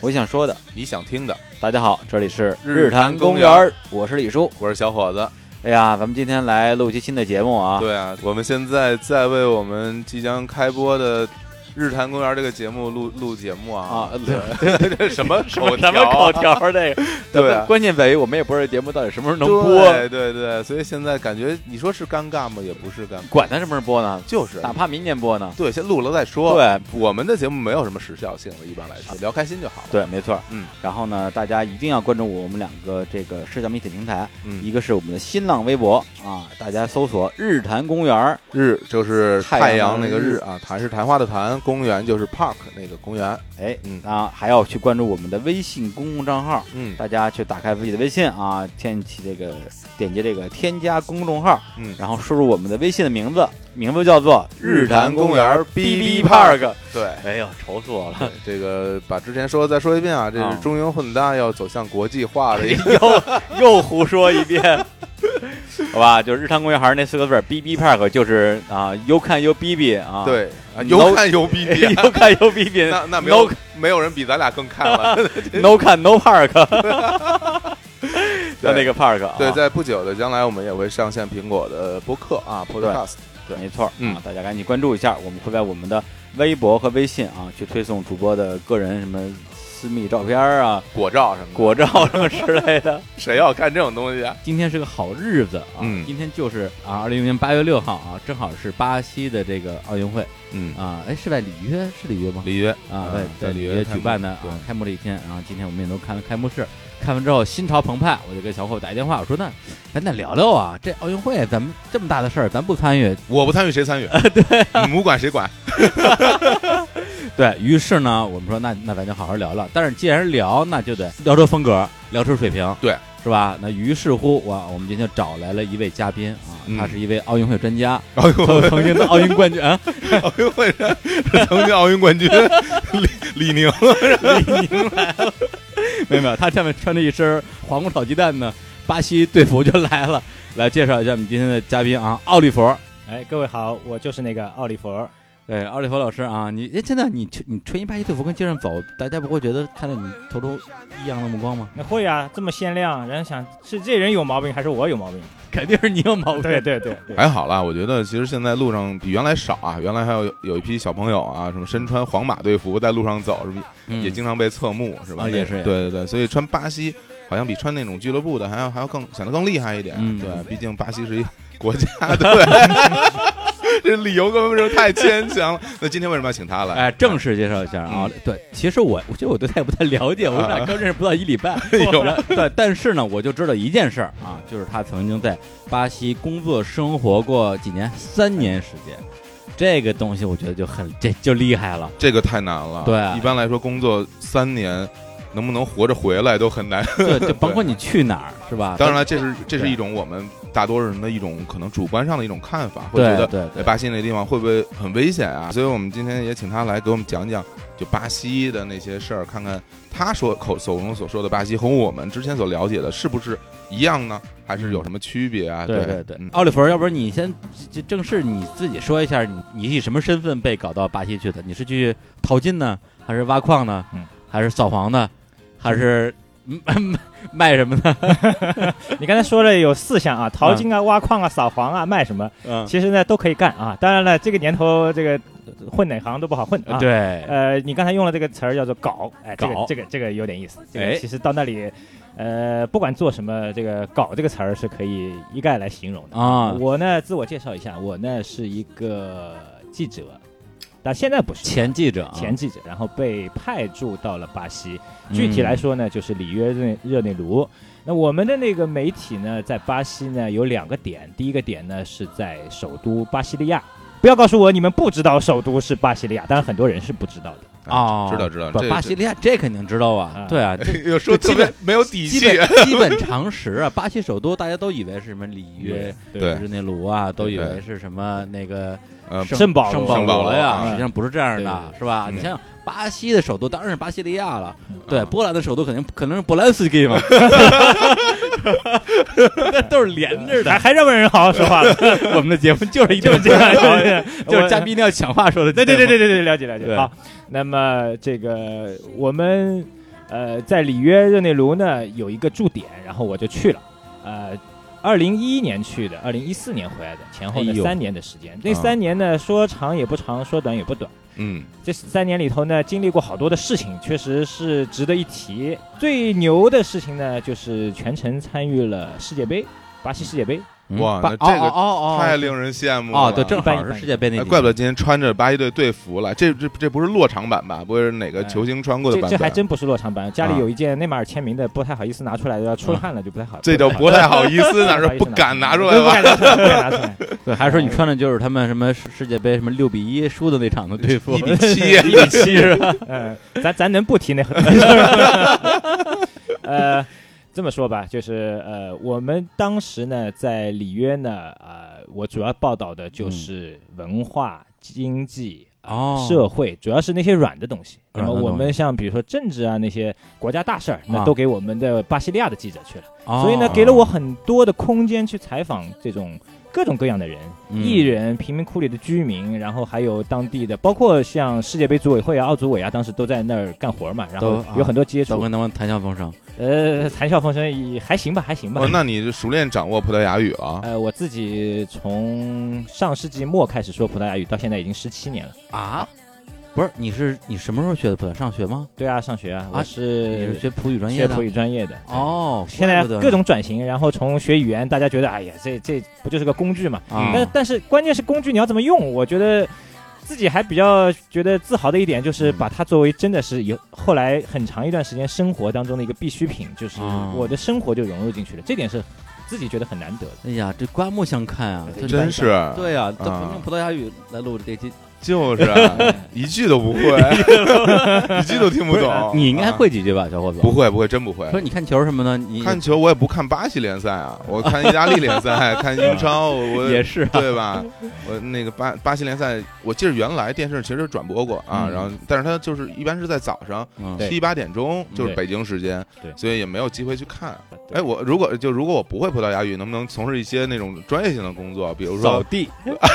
我想说的， 你想听的。 大家好，这里是日坛公园，我是李叔， 我是小伙子。 哎呀，咱们今天来录一期新的节目啊。 对啊，我们现在在为我们即将开播的日坛公园这个节目录节目啊！对，什么口条这个？ 对啊， 关键在于我们也不知道节目到底什么时候能播。 对，所以现在感觉你说是尴尬吗？也不是尴尬， 管它什么时候播呢？ 就是哪怕明年播呢。 对，先录了再说。 对， 我们的节目没有什么时效性的，一般来说聊开心就好了。 对，没错。然后呢，大家一定要关注我们两个这个社交媒体平台，一个是我们的新浪微博啊，大家搜索日坛公园， 日就是太阳那个日啊，谈是谈话的谈，公园就是 park 那个公园。 还要去关注我们的微信公共账号，大家去打开自己的微信啊，点击这个添加公众号，然后输入我们的微信的名字叫做日坛公园 BB Park。 对， 哎呦，愁死我了！ 这个把之前说的再说一遍啊，这是中英混搭要走向国际化的一个，又胡说一遍。好吧，就日坛公园还是那4个字 ，BB Park 就是啊，有看有 BB 啊， 对，有看有 BB， 有看有 BB， 那没有人比咱俩更看了 ，No 看 No Park， 那个 Park， 对，在不久的将来我们也会上线苹果的播客啊 ，Podcast， 对，没错，大家赶紧关注一下，我们会在我们的微博和微信啊去推送主播的个人什么私密照片啊， 果照什么之类的， 谁要看这种东西啊？ 今天是个好日子啊！今天就是2020年8月6号啊，正好是巴西的这个奥运会。是在里约吗？里约啊，在里约举办的开幕这一天。然后今天我们也都看了开幕式，看完之后心潮澎湃，我就跟小伙打一电话，我说咱得聊聊啊，这奥运会咱们这么大的事儿，咱不参与， 我不参与谁参与？ 对， 你们管谁管？ 对于是呢，我们说那咱就好好聊聊。但是既然聊，那就得聊出风格，聊出水平， 对，是吧？那于是乎，我们今天找来了一位嘉宾啊，他是一位奥运会专家，曾经的奥运冠军啊， 奥运会曾经奥运冠军李宁来了，没有，他下面穿着一身黄瓜炒鸡蛋呢，巴西队服就来了，来介绍一下我们今天的嘉宾啊，奥利弗。 哎，各位好，我就是那个奥利弗。 对，奥利弗老师啊，真的你穿一巴西队服跟街上走，大家不会觉得看到你投出异样的目光吗？ 那会啊，这么鲜亮，人想是这人有毛病还是我有毛病？ 肯定是你有毛病。 对， 还好啦，我觉得其实现在路上比原来少啊，原来还有一批小朋友啊，什么身穿皇马队服在路上走，是不是也经常被侧目，是吧？ 也是。 对，所以穿巴西好像比穿那种俱乐部的还要更显得更厉害一点。对，毕竟巴西是一国家队。这理由根本就太牵强了。那今天为什么要请他来？ 哎，正式介绍一下啊。对，其实我觉得我对他也不太了解，我们俩刚认识不到1礼拜。对，但是呢，我就知道一件事啊，就是他曾经在巴西工作生活过几年，3年时间。这个东西我觉得这就厉害了， 这个太难了。 对， 一般来说工作3年。能不能活着回来都很难。 对，就包括你去哪儿是吧？ 当然了，这是一种我们大多数人的一种可能主观上的一种看法，会觉得巴西那地方会不会很危险啊？所以我们今天也请他来给我们讲讲就巴西的那些事儿，看看他手中所说的巴西和我们之前所了解的是不是一样呢？还是有什么区别啊？ 对，奥利弗，要不然你先正式你自己说一下，你以什么身份被搞到巴西去的？你是去淘金呢，还是挖矿呢？还是扫黄呢？还是卖什么呢？ 你刚才说了有4项啊，淘金啊、挖矿啊、扫黄啊、卖什么？其实呢都可以干啊。当然了，这个年头这个混哪行都不好混啊。 对， 你刚才用了这个词儿叫做搞，哎，这个有点意思。其实到那里，不管做什么，这个搞这个词儿是可以一概来形容的啊。我呢自我介绍一下，我呢是一个记者。但现在不是前记者， 然后被派驻到了巴西。具体来说呢，就是里约热内卢。那我们的那个媒体呢，在巴西呢有2个点，第一个点呢是在首都巴西利亚。不要告诉我你们不知道首都是巴西利亚，当然很多人是不知道的。 知道， 巴西利亚这肯定知道啊，对啊， 有说特别没有底气， 基本常识啊。巴西首都大家都以为是什么里约热内卢啊，都以为是什么那个圣保罗呀，实际上不是这样的，是吧？你想想，巴西的首都当然是巴西利亚了，对，波兰的首都可能是波兰斯基嘛，那都是连着的， 还让人好好说话了。 我们的节目就是一定这样，就是嘉宾一定要抢话说的。 对，了解。好，那么这个我们在里约热内卢呢有一个驻点，然后我就去了。2011年去的，2014年回来的，前后的3年的时间。那3年呢，说长也不长，说短也不短。这3年里头呢，经历过好多的事情，确实是值得一提。最牛的事情呢，就是全程参与了世界杯，巴西世界杯。 哇，那这个太令人羡慕了。 对，正好是世界杯那， 怪不得今天穿着巴西队队服来。这不是落场版吧？不是哪个球星穿过的版本？ 这还真不是落场版。家里有一件内马尔签名的，不太好意思拿出来，要出汗了就不太好。 这叫不太好意思，哪是不敢拿出来吧？ 不敢拿出来。 对，还是说你穿的就是他们什么世界杯什么6-1输的那场的队服 ？1-7 是吧？ 咱能不提那？这么说吧，就是我们当时呢在里约呢，我主要报道的就是文化、经济、社会，主要是那些软的东西。那么我们像比如说政治啊那些国家大事儿，那都给我们的巴西利亚的记者去了，所以呢给了我很多的空间去采访这种各种各样的人，艺人、贫民窟里的居民，然后还有当地的，包括像世界杯组委会啊、奥组委啊，当时都在那儿干活嘛，然后有很多接触。 都跟他们谈笑风生。 谈笑风生也还行吧。 那你熟练掌握葡萄牙语了？ 我自己从上世纪末开始说葡萄牙语，到现在已经17年了啊。不是，你什么时候学的葡萄牙？上学吗？ 对啊，上学啊。你是学葡语专业的？ 学葡语专业的。 现在各种转型，然后从学语言，大家觉得哎呀，这不就是个工具嘛？但是关键是工具你要怎么用？我觉得自己还比较觉得自豪的一点，就是把它作为真的是后来很长一段时间生活当中的一个必需品，就是我的生活就融入进去了，这点是自己觉得很难得的。 哎呀，这刮目相看啊！ 真是。 对啊，都用葡萄牙语来录这期。 就是一句都不会，一句都听不懂。 你应该会几句吧，小伙子？ 不会，真不会。 不是你看球什么的，你看球我也不看巴西联赛啊，我看意大利联赛，看英超，我也是对吧？我那个巴西联赛，我记得原来电视其实转播过啊，然后但是它就是一般是在早上7、8点钟，就是北京时间，所以也没有机会去看。哎，我如果我不会葡萄牙语，能不能从事一些那种专业性的工作，比如说扫地？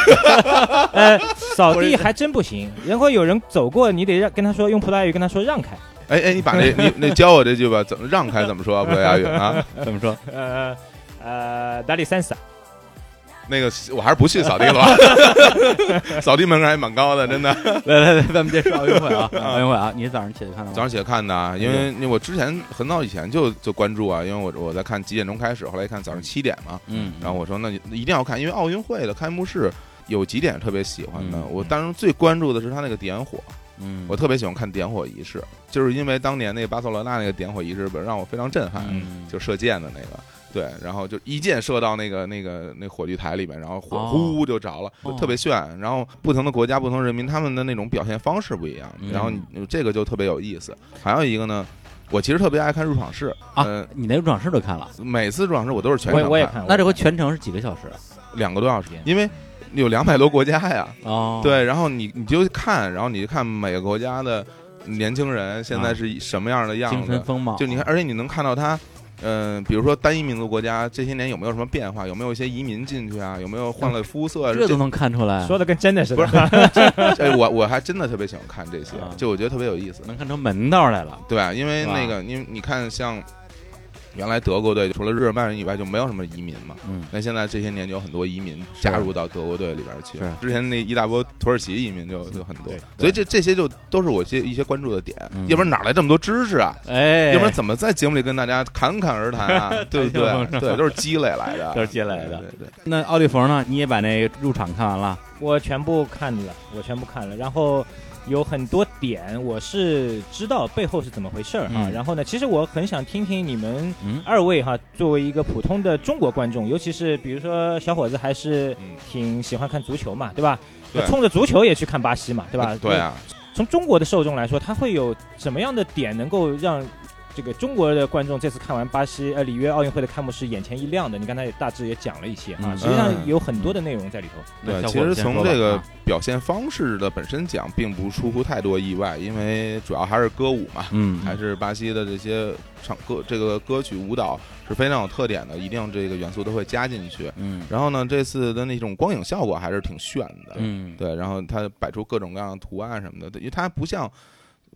扫地还真不行。如果有人走过，你得跟他说用葡萄牙语跟他说让开。 哎，你把那教我这句吧，怎么让开怎么说葡萄牙语啊？ 怎么说达里三萨。 那个我还是不去扫地了，扫地门槛还蛮高的，真的。 来，咱们接着奥运会啊，奥运会啊，你早上起来看的吗？ 早上起来看的，因为我之前很早以前就关注啊，因为我在看几点钟开始，后来一看早上7点嘛，然后我说那一定要看，因为奥运会的开幕式有几点特别喜欢的，我当时最关注的是他那个点火。我特别喜欢看点火仪式，就是因为当年那个巴塞罗那那个点火仪式让我非常震撼，就射箭的那个。对，然后就一箭射到那火炬台里面，然后火呼就着了，特别炫。然后不同的国家、不同人民，他们的那种表现方式不一样，然后这个就特别有意思。还有一个呢，我其实特别爱看入场式啊，你那入场式都看了？ 每次入场式我都是全程看。 我也看。 那这回全程是几个小时 ？2个多小时，因为有200多国家呀。对，然后你就看，然后你看每个国家的年轻人现在是什么样的样子， 精神风貌。 就你看，而且你能看到他。比如说单一民族国家这些年有没有什么变化？有没有一些移民进去啊？有没有换了肤色？ 这都能看出来， 说的跟真的似的。 不是，我还真的特别喜欢看这些，就我觉得特别有意思， 能看出门道来了。 对啊，因为那个，因为你看像。原来德国队除了日耳曼人以外就没有什么移民嘛，那现在这些年就有很多移民加入到德国队里边去。之前那一大波土耳其移民就很多，所以这些就都是我一些关注的点。要不然哪来这么多知识啊？要不然怎么在节目里跟大家侃侃而谈啊？对不对？对，都是积累来的， 都是积累的。 对。 那奥利弗呢？你也把那入场看完了？ 我全部看了，然后。有很多点我是知道背后是怎么回事啊，然后呢，其实我很想听听你们二位哈，作为一个普通的中国观众，尤其是比如说小伙子还是挺喜欢看足球嘛，对吧？冲着足球也去看巴西嘛，对吧？ 对啊。 从中国的受众来说，他会有什么样的点能够让这个中国的观众这次看完里约奥运会的开幕式眼前一亮的？你刚才大致也讲了一些啊，实际上有很多的内容在里头。 对，其实从这个表现方式的本身讲，并不出乎太多意外，因为主要还是歌舞嘛，还是巴西的这些这个歌曲舞蹈是非常有特点的，一定这个元素都会加进去。然后呢，这次的那种光影效果还是挺炫的。对，然后它摆出各种各样的图案什么的，因为它不像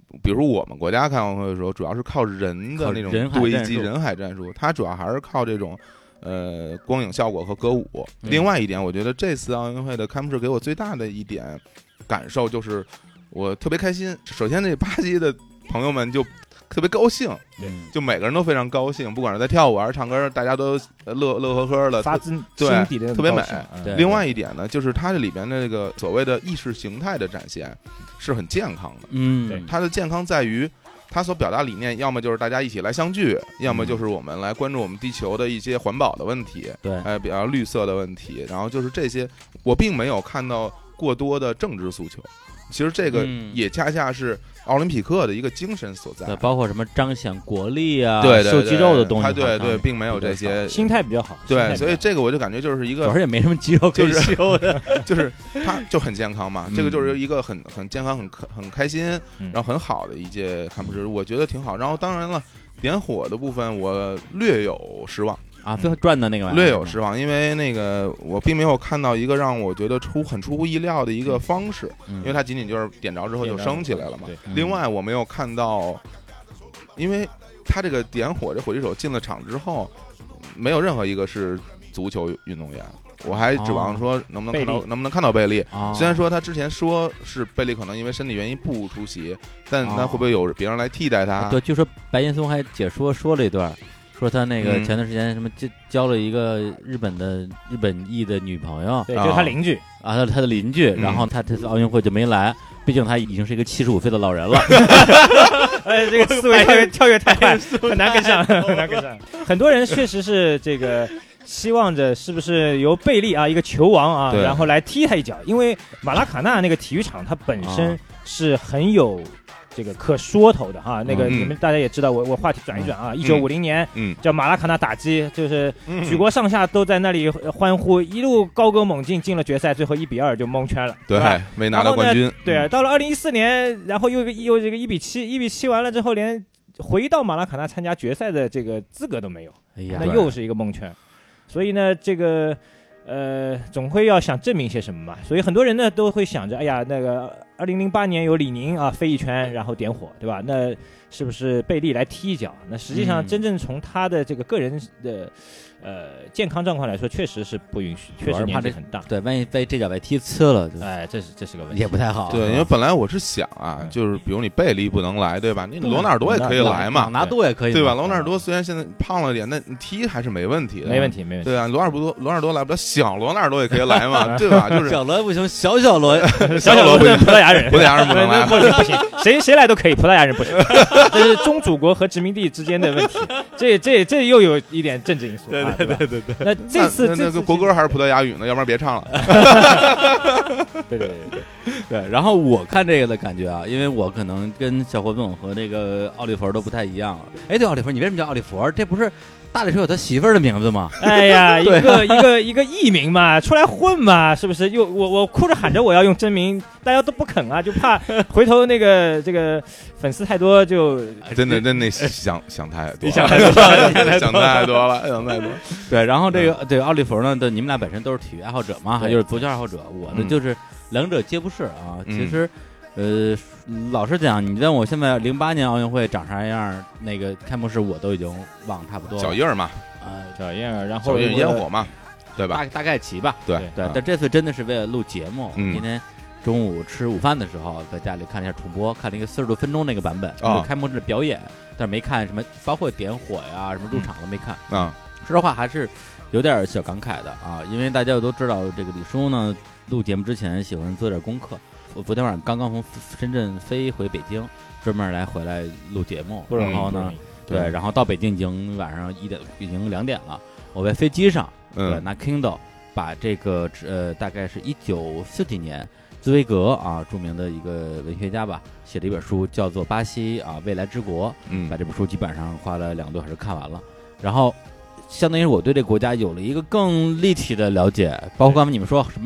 比如我们国家看奥运会的时候，主要是靠人的那种堆积人海战术，它主要还是靠这种光影效果和歌舞。另外一点，我觉得这次奥运会的开幕式给我最大的一点感受就是我特别开心。首先，那巴西的朋友们就特别高兴，就每个人都非常高兴，不管是在跳舞还是唱歌，大家都乐乐呵呵的， 发自心底的特别美。另外一点呢，就是它这里边的这个所谓的意识形态的展现是很健康的。它的健康在于它所表达理念，要么就是大家一起来相聚，要么就是我们来关注我们地球的一些环保的问题，比较绿色的问题。然后就是这些，我并没有看到过多的政治诉求。其实这个也恰恰是奥林匹克的一个精神所在， 包括什么彰显国力啊， 对秀肌肉的东西， 对，并没有这些， 心态比较好。 对，所以这个我就感觉就是一个， 主要也没什么肌肉可以秀的， 就是它就很健康嘛。这个就是一个很健康、很开心，然后很好的一届开幕式，我觉得挺好。然后当然了，点火的部分我略有失望。 最后转的那个略有失望，因为那个我并没有看到一个让我觉得很出乎意料的一个方式，因为它仅仅就是点着之后就升起来了嘛。另外我没有看到，因为它这个点火这火炬手进了场之后，没有任何一个是足球运动员。我还指望说能不能看到贝利，虽然说他之前说是贝利可能因为身体原因不出席，但他会不会有别人来替代他？ 对，据说白岩松还解说了一段。说他那个前段时间什么交了一个日本裔的女朋友， 对，就是他邻居他的邻居，然后他这次奥运会就没来，毕竟他已经是一个75岁的老人了。 这个思维跳跃太快，很难跟上，很难跟上。很多人确实是这个希望着是不是由贝利一个球王然后来踢他一脚，因为马拉卡纳那个体育场它本身是很有这个可说头的那个你们大家也知道，我话题转一转1950年叫马拉卡纳打击，就是举国上下都在那里欢呼，一路高歌猛进，进了决赛，最后1-2就蒙圈了， 对，没拿到冠军。 对，到了2014年，然后又这个1-7完了之后，连回到马拉卡纳参加决赛的这个资格都没有，那又是一个蒙圈。所以呢，这个总会要想证明些什么嘛，所以很多人呢都会想着，哎呀，那个2008年有李宁飞一圈然后点火，对吧？那是不是贝利来踢一脚？那实际上真正从他的这个个人的健康状况来说，确实是不允许，确实年纪很大。 对，万一被这脚被踢呲了， 这是个问题， 也不太好。 对，因为本来我是想就是比如你贝利不能来，对吧？你罗纳尔多也可以来嘛， 朗拿度也可以， 对吧？罗纳尔多虽然现在胖了点，那你踢还是没问题的， 没问题。 对啊，罗纳尔多来不了，小罗纳尔多也可以来嘛，对吧？就是小罗不行，小罗不行，葡萄牙人不能来， 不行，谁来都可以，葡萄牙人不行，这是宗主国和殖民地之间的问题，这又有一点政治因素。 对。 那这次那个国歌还是葡萄牙语呢，要不然别唱了。 对。然后我看这个的感觉因为我可能跟小火总和那个奥利弗都不太一样。对，奥利弗，你为什么叫奥利弗？这不是大力说有他媳妇儿的名字吗？ 哎呀，一个艺名嘛，出来混嘛，是不是？又我哭着喊着我要用真名，大家都不肯就怕回头那个这个粉丝太多就真的想太多， 想太多了。 对，然后这个奥利弗呢，你们俩本身都是体育爱好者嘛，就是足球爱好者，我呢就是两者皆不是其实。老实讲，你问我现在08年奥运会长啥样，那个开幕式我都已经忘差不多了。 脚印儿嘛， 脚印儿，然后脚印烟火嘛，对吧？ 大概齐吧。 对。 但这次真的是为了录节目。今天中午吃午饭的时候，在家里看了一下重播，看了一个40多分钟那个版本，开幕式的表演，但是没看什么，包括点火呀、什么入场都没看。说实话还是有点小感慨的因为大家都知道，这个李叔呢，录节目之前喜欢做点功课。我昨天晚上刚从深圳飞回北京，专门回来录节目，然后呢，对，然后到北京已经晚上已经2点了。我在飞机上，拿 Kindle 把这个大概是1940几年茨威格著名的一个文学家吧，写了一本书，叫做《巴西未来之国》。把这本书基本上花了2个多小时看完了，然后相当于我对这个国家有了一个更立体的了解，包括刚才你们说什么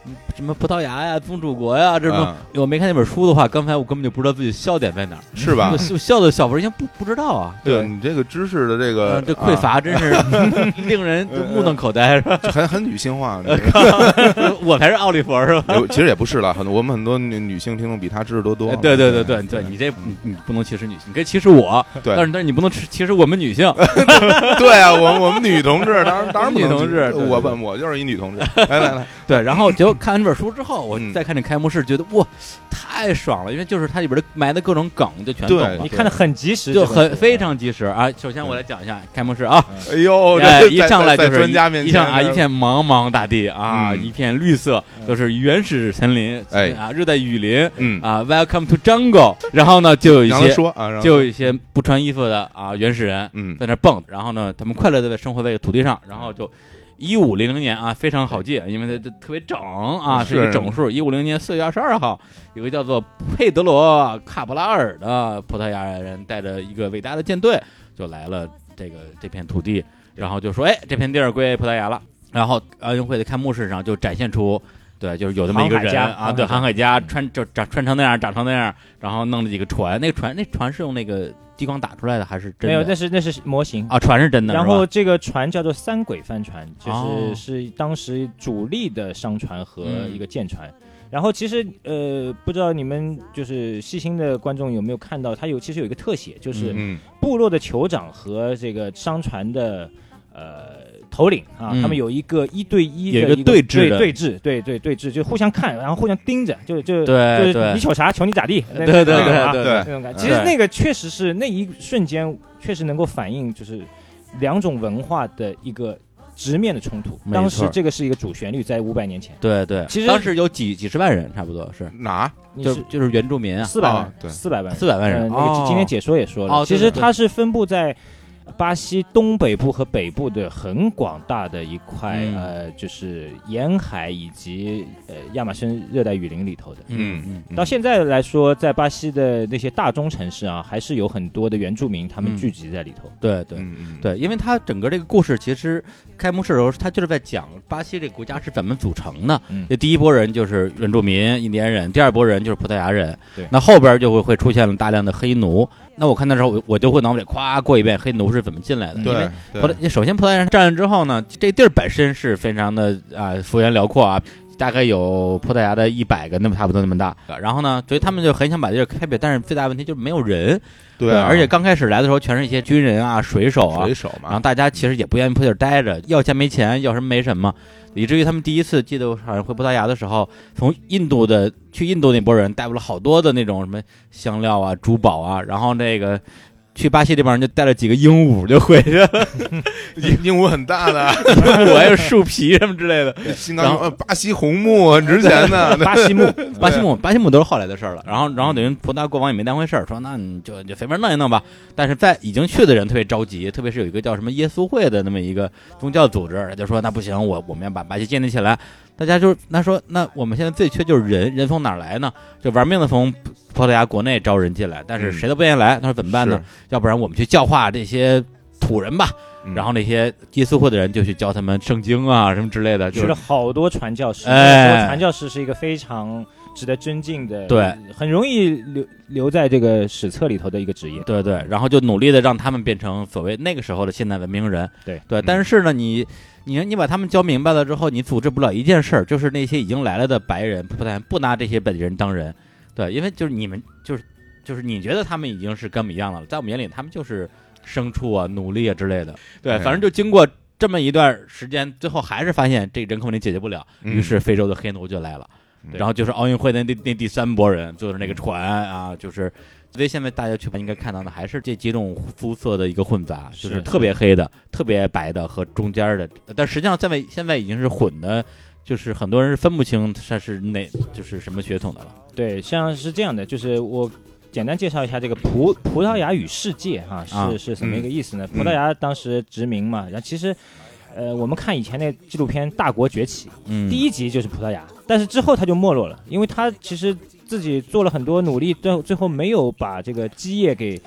什么葡萄牙呀、宗主国呀这种，我没看那本书的话，刚才我根本就不知道自己笑点在哪儿， 是吧？ 笑的小朋友不知道啊。 对你这个知识的这个这匮乏真是令人目瞪口呆，是吧？ 很女性化。 我才是奥利弗是吧？ 其实也不是了，我们很多女性听众比他知识都多。 对，你这你不能歧视女性，你可以歧视我， 对， 但是你不能歧视我们女性。 对啊，我们女同志当然女同志， 我就是一女同志。来， 对，然后结果看完这本书之后，我再看这开幕式，觉得哇，太爽了，因为就是它里边埋的各种梗就全懂了， 你看的很及时， 就非常及时啊。首先我来讲一下开幕式啊， 哎呦， 一上来就是专家面前一片茫茫大地啊，一片绿色，都是原始森林，热带雨林，Welcome to Jungle。然后呢，就有一些不穿衣服的原始人，在那蹦，然后呢，他们快乐的生活在土地上，然后就1500年啊，非常好记，因为它特别整啊，是一个整数。1500年4月22号，有个叫做佩德罗·卡布拉尔的葡萄牙人带着一个伟大的舰队，就来了这片土地，然后就说，哎，这片地儿归葡萄牙了。然后奥运会的开幕式上就展现出，对，就是有这么一个人啊，对，航海家穿成那样，长成那样，然后弄了几个船，那船是用那个激光打出来的还是真的？ 没有，那是模型啊，船是真的。 然后这个船叫做三轨帆船，是当时主力的商船和一个舰船。然后其实不知道你们就是细心的观众有没有看到，它其实有一个特写，就是部落的酋长和这个商船的头领啊，他们有一个1对1的一个对峙，就互相看，然后互相盯着，就是你瞅啥，瞅你咋地， 对， 那种感觉。其实那个确实是那一瞬间，确实能够反映就是两种文化的一个直面的冲突。当时这个是一个主旋律，在500年前。 对，其实当时有几十万人，差不多是哪？ 就是原住民啊 ，400万， 对 400万人。 那个今天解说也说了，其实它是分布在巴西东北部和北部的很广大的一块就是沿海以及亚马逊热带雨林里头的。到现在来说，在巴西的那些大中城市啊，还是有很多的原住民他们聚集在里头。 对，因为它整个这个故事其实开幕式的时候，它就是在讲巴西这个国家是怎么组成的。这第一波人就是原住民印第安人，第二波人就是葡萄牙人。 对， 那后边就会出现了大量的黑奴。那我看的时候，我就会脑子里夸过一遍黑奴是怎么进来的。 对， 首先葡萄牙人占了之后呢，这地儿本身是非常的幅员辽阔啊，大概有葡萄牙的100个那么差不多那么大。然后呢，所以他们就很想把这个开辟，但是最大问题就是没有人。 对， 而且刚开始来的时候全是一些军人啊、水手嘛，然后大家其实也不愿意在这儿待着，要钱没钱，要什么没什么。以至于他们第一次记得好像回葡萄牙的时候，从去印度那波人带了好多的那种什么香料啊、珠宝啊，然后那个去巴西这帮人就带了几个鹦鹉就回去了， 鹦鹉很大的， 我还有树皮什么之类的。 然后巴西红木很值钱的， 巴西木都是后来的事了。然后等于葡萄牙国王也没当回事儿，说那你就随便弄一弄吧。但是在已经去的人特别着急，特别是有一个叫什么耶稣会的那么一个宗教组织，就说那不行，我们要把巴西建立起来。大家就那我们现在最缺就是人从哪儿来呢？就玩命的从葡萄牙国内招人进来，但是谁都不愿意来。他说怎么办呢？要不然我们去教化这些土人吧。然后那些耶稣会的人就去教他们圣经啊什么之类的， 去了好多传教士。传教士是一个非常值得尊敬的， 对， 很容易留在这个史册里头的一个职业。 对，然后就努力的让他们变成所谓那个时候的现代文明人。对，但是呢，你把他们教明白了之后，你组织不了一件事儿，就是那些已经来了的白人不拿这些本地人当人。对，因为就是你们就是你觉得他们已经是跟我们一样了，在我们眼里他们就是牲畜啊、奴隶啊之类的。对，反正就经过这么一段时间，最后还是发现这人口问题解决不了，于是非洲的黑奴就来了。然后就是奥运会的那第3波人，就是那个船啊，就是所以现在大家去应该看到的还是这几种肤色的一个混杂，就是特别黑的、特别白的和中间的，但实际上现在已经是混的，就是很多人是分不清它是就是什么血统的了。 对，像是这样的，就是我简单介绍一下这个葡萄牙与世界是什么一个意思呢？葡萄牙当时殖民嘛，然后其实我们看以前那纪录片《大国崛起》，第1集就是葡萄牙，但是之后他就没落了，因为他其实自己做了很多努力，最后没有把这个基业给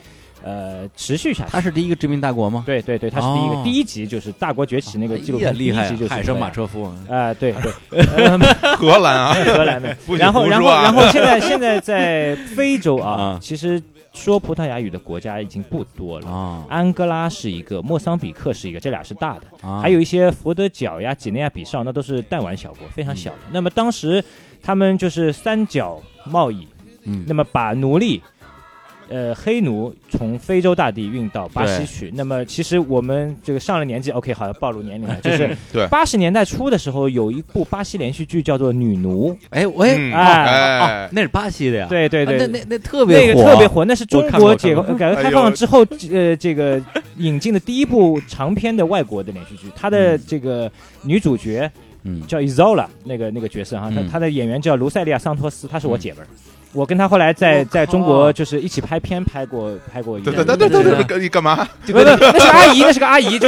持续下去。 他是第一个殖民大国吗？ 对对对，他是第一个。第一集就是大国崛起那个纪录片， 厉害， 第一集就是海生马车夫对对， 荷兰啊， 荷兰的。然后现在在非洲啊，其实说葡萄牙语的国家已经不多了。安哥拉是一个，莫桑比克是一个，这俩是大的。还有一些佛得角呀、几内亚比绍，那都是弹丸小国，非常小的。那么当时他们就是三角贸易，那么把奴隶。黑奴从非洲大地运到巴西去。那么其实我们这个上了年纪 ，OK， 好像暴露年龄了，就是80年代初的时候，有一部巴西连续剧叫做《女奴》。 那是巴西的呀。 对对对， 那特别火，那个特别火，那是中国改革开放之后，这个引进的第一部长篇的外国的连续剧。它的这个女主角，叫 Isola， 那个角色哈，她的演员叫卢塞利亚桑托斯，她是我姐们儿。我跟他后来在中国就是一起拍片，拍过一个。 对，你干嘛？ 那是个阿姨，就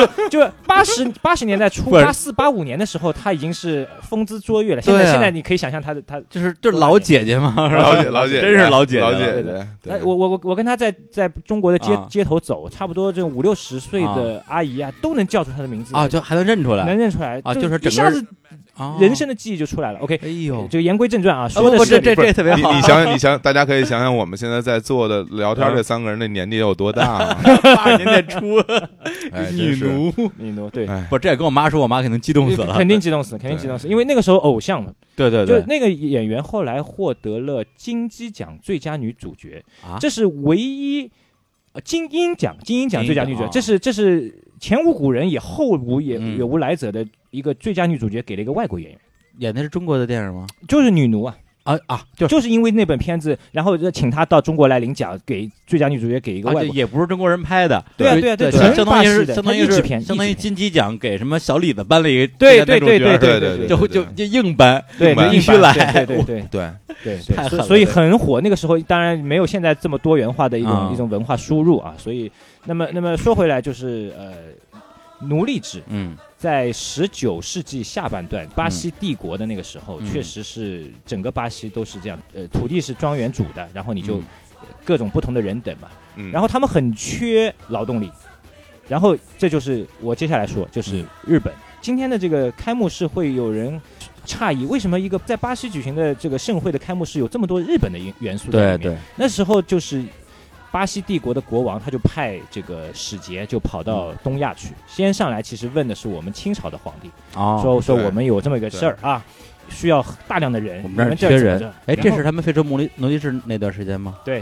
80年代初，84、85年的时候，她已经是风姿卓越了。现在你可以想象她就是老姐姐嘛， 老姐， 真是老姐姐。 我跟她在中国的街头走，差不多这50、60岁的阿姨啊，都能叫出她的名字啊，就还能认出来，就是一下子。人生的记忆就出来了。OK， 哎呦， 这个言归正传啊，说的是这特别好。 你想，大家可以想想我们现在在做的聊天这3个人的年纪有多大 ？80年代初， 女奴，对， 不，这也跟我妈说，我妈肯定激动死了， 肯定激动死，因为那个时候偶像嘛。 对， 就那个演员后来获得了金鸡奖最佳女主角，这是唯一金鹰奖最佳女主角，这是前无古人也后无也无来者的一个最佳女主角给了一个外国演员。 演的是中国的电影吗？ 就是女奴就是因为那本片子，然后请她到中国来领奖，给最佳女主角给一个外国， 也不是中国人拍的。 对， 相当于金鸡奖给什么小李子颁了一个对，就硬颁，必须来， 对，所以很火。那个时候当然没有现在这么多元化的一种文化输入啊，所以那么说回来就是奴隶制，在19世纪下半段，巴西帝国的那个时候，确实是整个巴西都是这样，土地是庄园主的，然后你就各种不同的人等嘛，然后他们很缺劳动力，然后这就是我接下来说，就是日本今天的这个开幕式会有人诧异，为什么一个在巴西举行的这个盛会的开幕式有这么多日本的元素在里面？对，那时候就是巴西帝国的国王，他就派这个使节就跑到东亚去，先上来其实问的是我们清朝的皇帝，说我们有这么一个事儿啊，需要大量的人， 我们这儿缺人。这是他们非洲奴隶制那段时间吗？ 对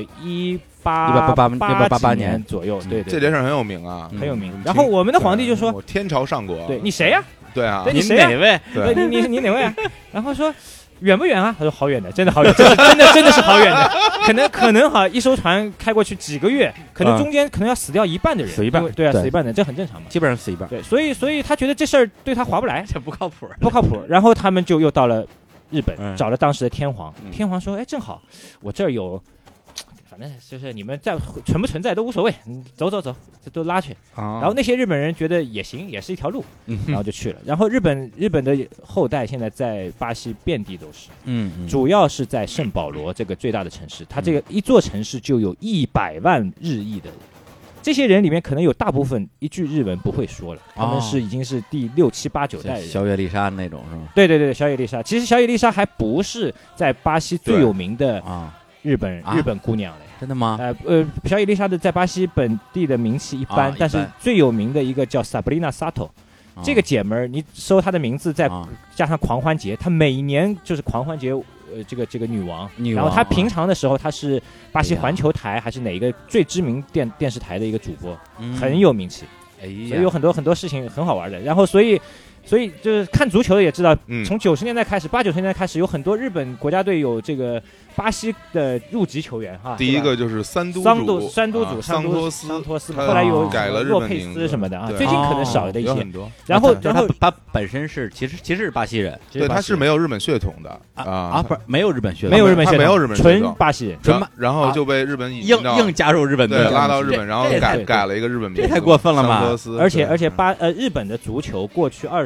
，1888年左右，对， 这件事很有名啊， 很有名。然后我们的皇帝就说：“ 天朝上国， 对你谁呀？ 对啊， 你谁哪位？ 你哪位啊？”然后说。远不远啊？他说好远的，真的好远，真的是好远的。可能哈，一艘船开过去几个月，可能中间可能要死掉一半的人， 死一半， 对啊，死一半的，这很正常嘛， 基本上死一半。 对，所以他觉得这事儿对他划不来， 这不靠谱。 然后他们就又到了日本，找了当时的天皇。天皇说：“哎，正好我这儿有。”反正就是你们在存不存在都无所谓，走，这都拉去。然后那些日本人觉得也行，也是一条路，然后就去了。然后日本的后代现在在巴西遍地都是，主要是在圣保罗这个最大的城市，它这个一座城市就有100万日裔的人。这些人里面可能有大部分一句日文不会说了，他们已经是第6、7、8、9代人。 小野丽莎那种是吗？ 对，小野丽莎。其实小野丽莎还不是在巴西最有名的日本姑娘嘞。 真的吗？ 小野丽莎的在巴西本地的名气一般，但是最有名的一个叫 Sabrina Sato，这个姐们儿，你搜她的名字，再加上狂欢节，她每年就是狂欢节，这个女王，然后她平常的时候，她是巴西环球台还是哪一个最知名电视台的一个主播，很有名气，所以有很多事情很好玩的。然后所以就是看足球的也知道，从80年代开始，80、90年代开始，有很多日本国家队有这个巴西的入籍球员哈。 第一个就是桑都主桑托斯，后来有改了洛佩斯什么的啊，最近可能少了一些。 然后他本身是其实是巴西人， 对，他是没有日本血统的不是没有日本血统， 没有日本血统， 纯巴西人， 然后就被日本硬加入日本队， 拉到日本，然后改了一个日本名， 这太过分了嘛！ 而且日本的足球过去20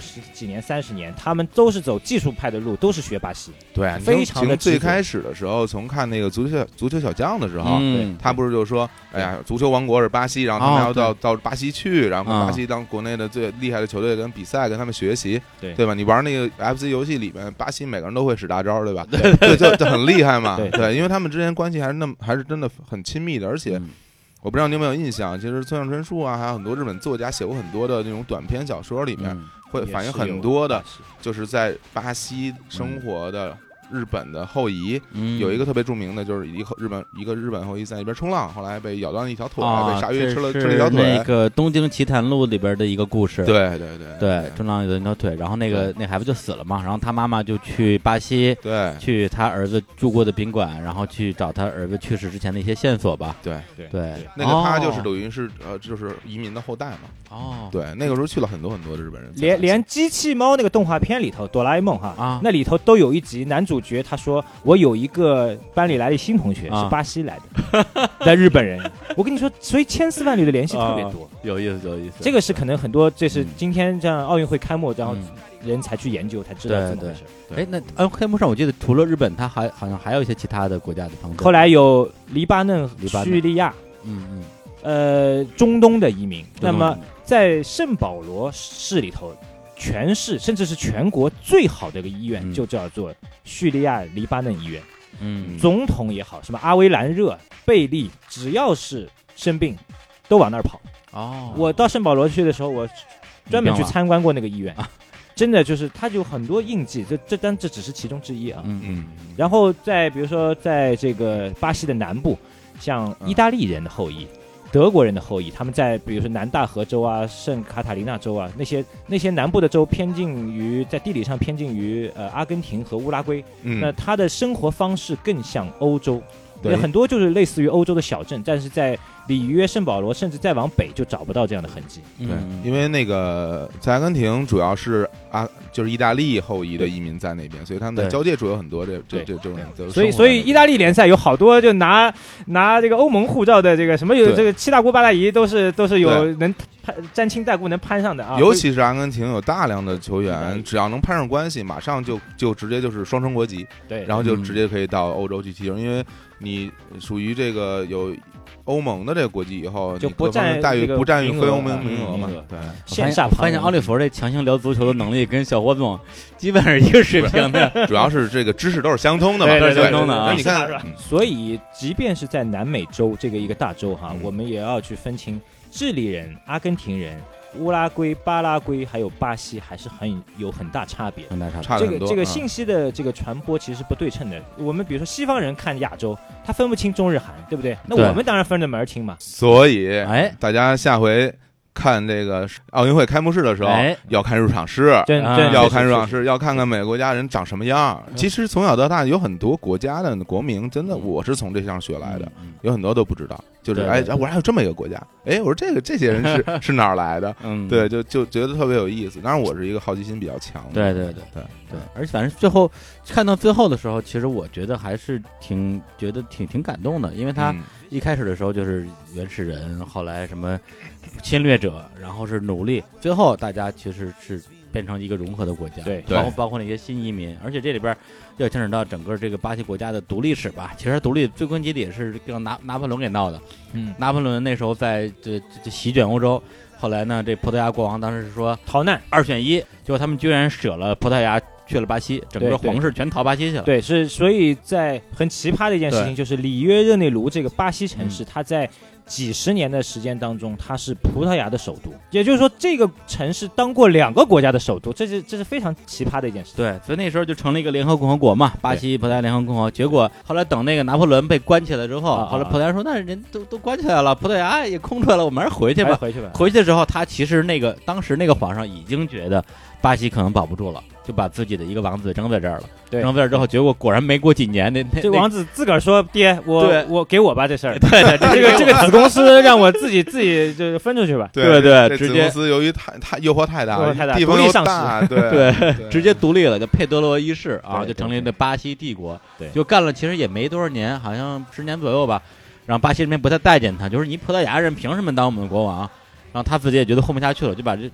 20几年、30年，他们都是走技术派的路，都是学巴西。 对， 非常的最开始的时候，从看那个足球小将的时候，他不是就说，哎呀，足球王国是巴西，然后他们要到巴西去，然后跟巴西当国内的最厉害的球队跟比赛，跟他们学习，对吧？你玩那个 FC 游戏里面，巴西每个人都会使大招，对吧？对，就很厉害嘛。对，因为他们之间关系还是真的很亲密的，而且。我不知道你有没有印象，其实村上春树啊，还有很多日本作家写过很多的那种短篇小说里面，会反映很多的，就是在巴西生活的日本的后裔，有一个特别著名的，就是一个日本后裔在一边冲浪，后来被咬断了一条腿，被鲨鱼吃了一条腿。 那个《东京奇谭录》里边的一个故事。 对， 冲浪有一条腿，然后那孩子就死了嘛，然后他妈妈就去巴西， 对， 去他儿子住过的宾馆，然后去找他儿子去世之前的一些线索吧。 对， 那个他就是等于是就是移民的后代嘛。对，那个时候去了很多很多的日本人， 连机器猫那个动画片里头，哆啦 A 梦那里头都有一集男主角他说我有一个班里来的新同学是巴西来的，在日本人。我跟你说，所以千丝万缕的联系特别多， 有意思。 这个是可能很多，这是今天这样奥运会开幕，然后人才去研究才知道这么回事。 哎，那奥运开幕上，我记得除了日本，它好像还有一些其他的国家的方。 后来有黎巴嫩、叙利亚，中东的移民。那么在圣保罗市里头。全市甚至是全国最好的一个医院就叫做叙利亚黎巴嫩医院。总统也好，什么阿维兰热、贝利，只要是生病，都往那儿跑。我到圣保罗去的时候，我专门去参观过那个医院，真的就是它有很多印记，这只是其中之一啊。然后比如说在这个巴西的南部，像意大利人的后裔。德国人的后裔，他们在比如说南大河州啊、圣卡塔琳娜州啊，那些南部的州在地理上偏近于阿根廷和乌拉圭，那他的生活方式更像欧洲，很多就是类似于欧洲的小镇，但是在里约、圣保罗，甚至再往北就找不到这样的痕迹。 对，因为那个在阿根廷主要是就是意大利后裔的移民在那边，所以他们的交界处有很多这种。 所以意大利联赛有好多就拿这个欧盟护照的这个什么有这个七大姑八大姨都是有能沾亲带故能攀上的啊。 尤其是阿根廷有大量的球员，只要能攀上关系，马上就直接就是双重国籍， 对， 然后就直接可以到欧洲去踢球，因为你属于这个有。欧盟的这个国籍以后， 就不占于非欧盟名额嘛？对， 线下发现奥利弗这强行聊足球的能力跟小霍总基本是一个水平的， 主要是这个知识都是相通的嘛， 对，相通的啊。 你看， 所以即便是在南美洲这个一个大洲我们也要去分清智利人、阿根廷人。乌拉圭、巴拉圭还有巴西还是有很大差别，这个信息的这个传播其实是不对称的。我们比如说西方人看亚洲，他分不清中日韩，对不对？那我们当然分得门儿清嘛。 所以，大家下回看这个奥运会开幕式的时候，要看入场式，要看入场式，要看看每个国家人长什么样。其实从小到大，有很多国家的国名，真的我是从这上学来的，有很多都不知道。就是我还有这么一个国家，我说这些人是哪儿来的？对，就觉得特别有意思。当然，我是一个好奇心比较强的。 对，而且反正最后看到最后的时候，其实我觉得还是挺感动的，因为他一开始的时候就是原始人，后来什么侵略者，然后是奴隶，最后大家其实是变成一个融合的国家， 对， 包括那些新移民，而且这里边要牵扯到整个这个巴西国家的独立史吧。其实独立追根结底是让拿破仑给闹的。拿破仑那时候在这席卷欧洲，后来呢，这葡萄牙国王当时是说逃难 2选1，结果他们居然舍了葡萄牙去了巴西，整个皇室全逃巴西去了。 对，所以在很奇葩的一件事情就是里约热内卢这个巴西城市，它在几十年的时间当中，它是葡萄牙的首都，也就是说，这个城市当过2个国家的首都，这是非常奇葩的一件事。 对，所以那时候就成了一个联合共和国嘛，巴西葡萄牙联合共和国。结果后来等那个拿破仑被关起来之后，后来葡萄牙说：“那人都关起来了，葡萄牙也空出来了，我们还是回去吧。”回去的时候，他其实当时那个皇上已经觉得巴西可能保不住了，就把自己的一个王子扔在这儿了。 对， 扔在这儿之后，结果果然没过几年， 这王子自个儿说：“爹，我给我吧这事儿。” 对， 这个子公司让我自己就分出去吧。 对， 直接子公司由于太诱惑太大了，地方又大，对， 直接独立了，就佩德罗一世啊，就成立了巴西帝国。 对， 就干了，其实也没多少年，好像10年左右吧。然后巴西这边不太待见他，就是你葡萄牙人凭什么当我们的国王？然后他自己也觉得混不下去了，就把就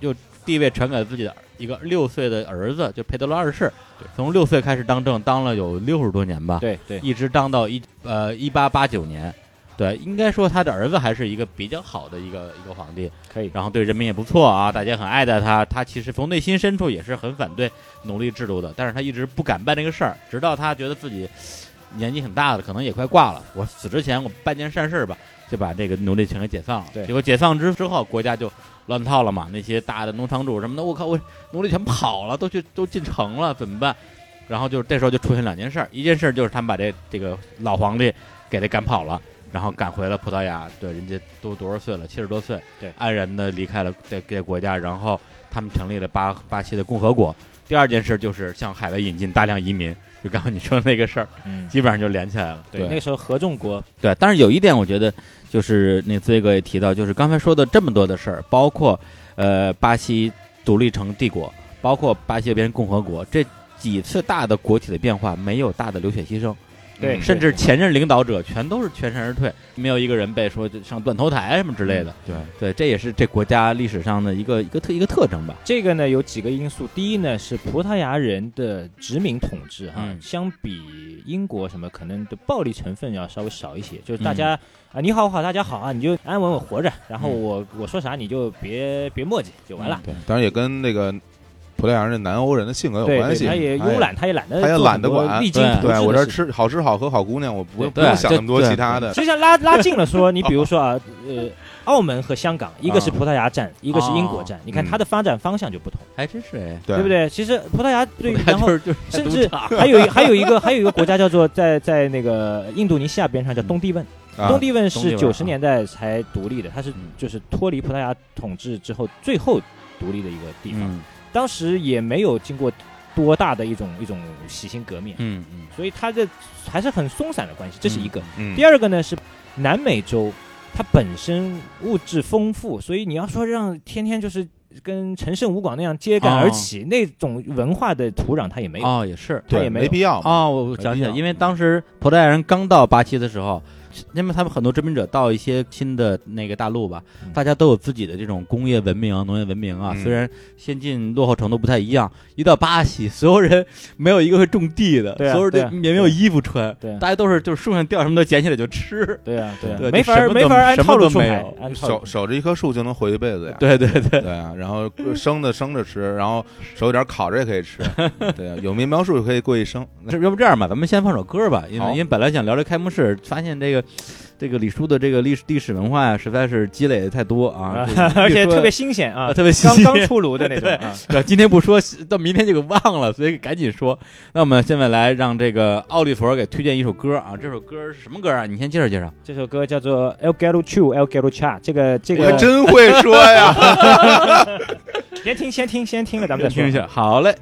地位传给自己的一个6岁的儿子，就佩德罗2世，从6岁开始当政，当了有60多年吧， 对， 一直当到1889年。对，应该说他的儿子还是一个比较好的一个皇帝， 可以， 然后对人民也不错啊，大家很爱戴他。他其实从内心深处也是很反对奴隶制度的，但是他一直不敢办这个事儿，直到他觉得自己年纪很大了，可能也快挂了，我死之前我办件善事吧，就把这个奴隶全给解放了。 对， 结果解放之后，国家就乱套了嘛，那些大的农场主什么的，我靠，我奴隶全跑了，都进城了，怎么办？然后就这时候就出现2件事，一件事就是他们把这个老皇帝给他赶跑了。然后赶回了葡萄牙，对，人家都多少岁了，70多岁， 对， 安然的离开了这个国家，然后他们成立了巴西的共和国。第2件事就是向海外引进大量移民，就刚刚你说的那个事儿，基本上就连起来了。 对，那个时候合众国， 对，但是有一点我觉得就是那自卫哥也提到，就是刚才说的这么多的事儿，包括巴西独立成帝国，包括巴西变成共和国，这几次大的国体的变化没有大的流血牺牲。 对， 甚至前任领导者全都是全身而退，没有一个人被说上断头台什么之类的。对，这也是这国家历史上的一个特征吧。 这个呢有几个因素，第一呢是葡萄牙人的殖民统治哈，相比英国什么可能的暴力成分要稍微少一些，就是大家你好我好大家好啊，你就安安稳稳活着，然后我说啥你就别磨叽就完了。 对，当然也跟那个葡萄牙人、南欧人的性格有关系， 他也慵懒，他也懒得管。对，我这吃好喝好姑娘，我不用想那么多其他的。 就像拉近了说，你比如说啊，澳门和香港，一个是葡萄牙占，一个是英国占，你看它的发展方向就不同， 还真是哎， 对不对？其实葡萄牙对，然后甚至还有一个国家叫做在那个印度尼西亚边上叫东帝汶。东帝汶是90年代才独立的，它是就是脱离葡萄牙统治之后最后独立的一个地方。当时也没有经过多大的一种洗心革面，所以它的还是很松散的关系，这是一个。第二个呢是南美洲，它本身物质丰富，所以你要说让天天就是跟陈胜吴广那样揭竿而起，那种文化的土壤它也没有。 也是， 它也没必要我想起来，因为当时葡萄牙人刚到巴西的时候。因为他们很多殖民者到一些新的那个大陆吧，大家都有自己的这种工业文明啊、农业文明啊，虽然先进落后程度不太一样。一到巴西，所有人没有一个会种地的，所有人也没有衣服穿，大家都是就是树上掉什么都捡起来就吃。 对啊，没法按套路出牌， 守着一棵树就能活一辈子呀。 对啊，然后生着吃，然后熟一点烤着也可以吃。对啊，有民苗树可以过一生。 要不这样吧，咱们先放首歌吧，因为本来想聊这开幕式，发现这个李叔的这个历史文化呀，实在是积累的太多啊， 而且特别新鲜啊， 特别新鲜， 刚出炉的那种。 对，今天不说，到明天就给忘了，所以赶紧说。那我们现在来让这个奥利弗给推荐一首歌啊，这首歌是什么歌啊？你先介绍介绍。 这首歌叫做 El Ghetto Chu El Ghetto Cha， 这个我真会说呀。 先听了，咱们再听一下。好嘞。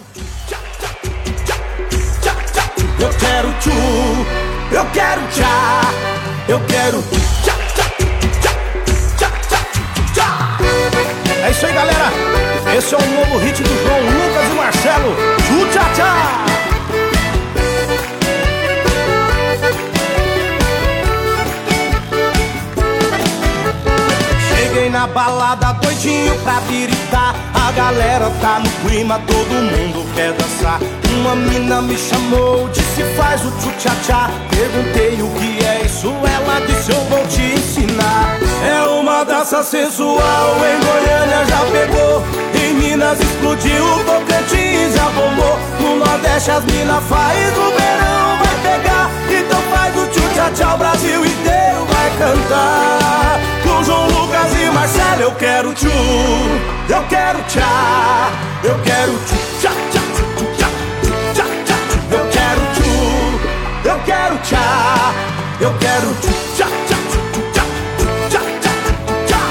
Eu quero tchu, eu quero tchá, eu quero tchá, tchá, tchá, tchá, tchá, tchá. É isso aí, galera. Esse é o novo hit do João Lucas e Marcelo. Tchu, tchá, tchá. Cheguei na balada doidinho pra biritar. A galera tá no clima, todo mundo quer dançar. Uma mina me chamou, disse faz o tchu-tchá-tchá. Perguntei o que é isso, ela disse eu vou te ensinar. É uma dança sensual, em Goiânia já pegou. Em Minas explodiu, o Tocantins já bombou. No Nordeste as minas faz, no verão vai pegar. Então faz o tchu-tchá-tchá, o Brasil inteiro vai cantar. Com João Lucas e Marcelo eu quero tchu, eu quero tchá, eu quero tchu-tchá-tchá. Eu quero tchu, eu quero tchá, eu quero tchá, tchá, tchá, tchá, tchá, tchá.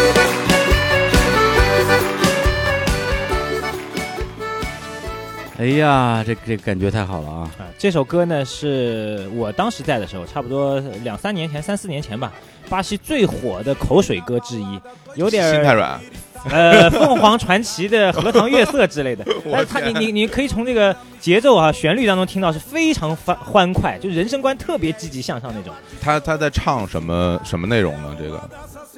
哎呀，这感觉太好了啊！ 这首歌呢是我当时在的时候，差不多3-4年前吧，巴西最火的口水歌之一，有点心太软。 凤凰传奇的荷塘月色之类的，但是它你可以从这个节奏啊旋律当中听到是非常欢快，就人生观特别积极向上那种。 他在唱什么内容呢？这个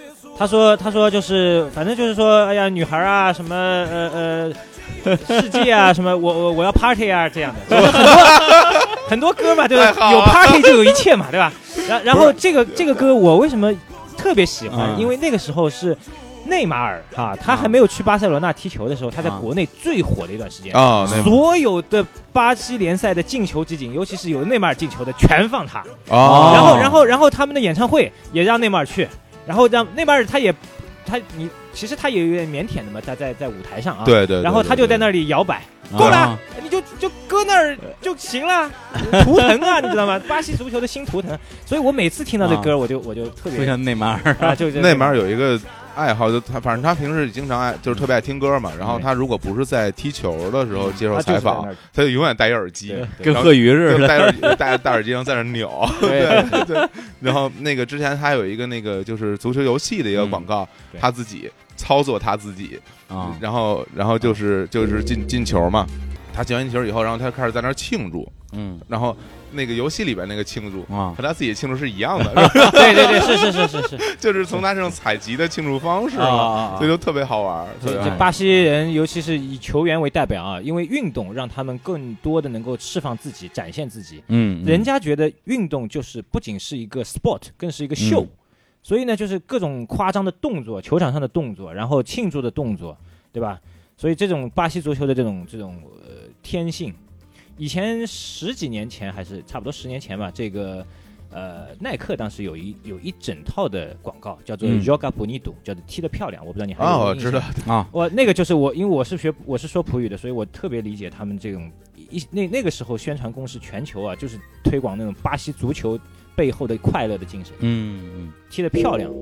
他说就是反正就是说，哎呀，女孩啊，什么世界啊，什么我要 party 啊这样的，很多歌嘛，对吧？有 party 就有一切嘛，对吧？然后这个歌我为什么特别喜欢？因为那个时候是内马尔他还没有去巴塞罗那踢球的时候，他在国内最火的一段时间所有的巴西联赛的进球集锦，尤其是有内马尔进球的，全放他然后他们的演唱会也让内马尔去，然后让内马尔其实他也有点腼腆的嘛，在舞台上对， 然后他就在那里摇摆，够了，你就搁那儿就行了，图腾啊，你知道吗？巴西足球的新图腾，所以我每次听到这歌，我就特别像内马尔就内马尔有一个爱好，就反正他平时经常就是特别爱听歌嘛，然后他如果不是在踢球的时候接受采访，他就永远戴一耳机， 跟贺宇似的， 戴耳机然后在那扭，对。然后那个之前他有一个那个就是足球游戏的一个广告，他自己操作他自己然后就是进球嘛，他进完球以后，然后他开始在那儿庆祝，然后那个游戏里边那个庆祝和他自己庆祝是一样的， 对，是， 就是从他身上采集的庆祝方式所以就特别好玩。 这巴西人尤其是以球员为代表因为运动让他们更多的能够释放自己，展现自己。人家觉得运动就是不仅是一个 sport， 更是一个秀。所以呢，就是各种夸张的动作，球场上的动作，然后庆祝的动作，对吧？所以这种巴西足球的这种天性，以前10几年前还是差不多10年前吧，这个耐克当时有一整套的广告叫做 Joga Bonito， 叫做踢得漂亮，我不知道你还有没有印象？ 知道我那个就是因为我是说葡语的，所以我特别理解他们这种那个时候宣传攻势全球就是推广那种巴西足球背后的快乐的精神。踢得漂亮。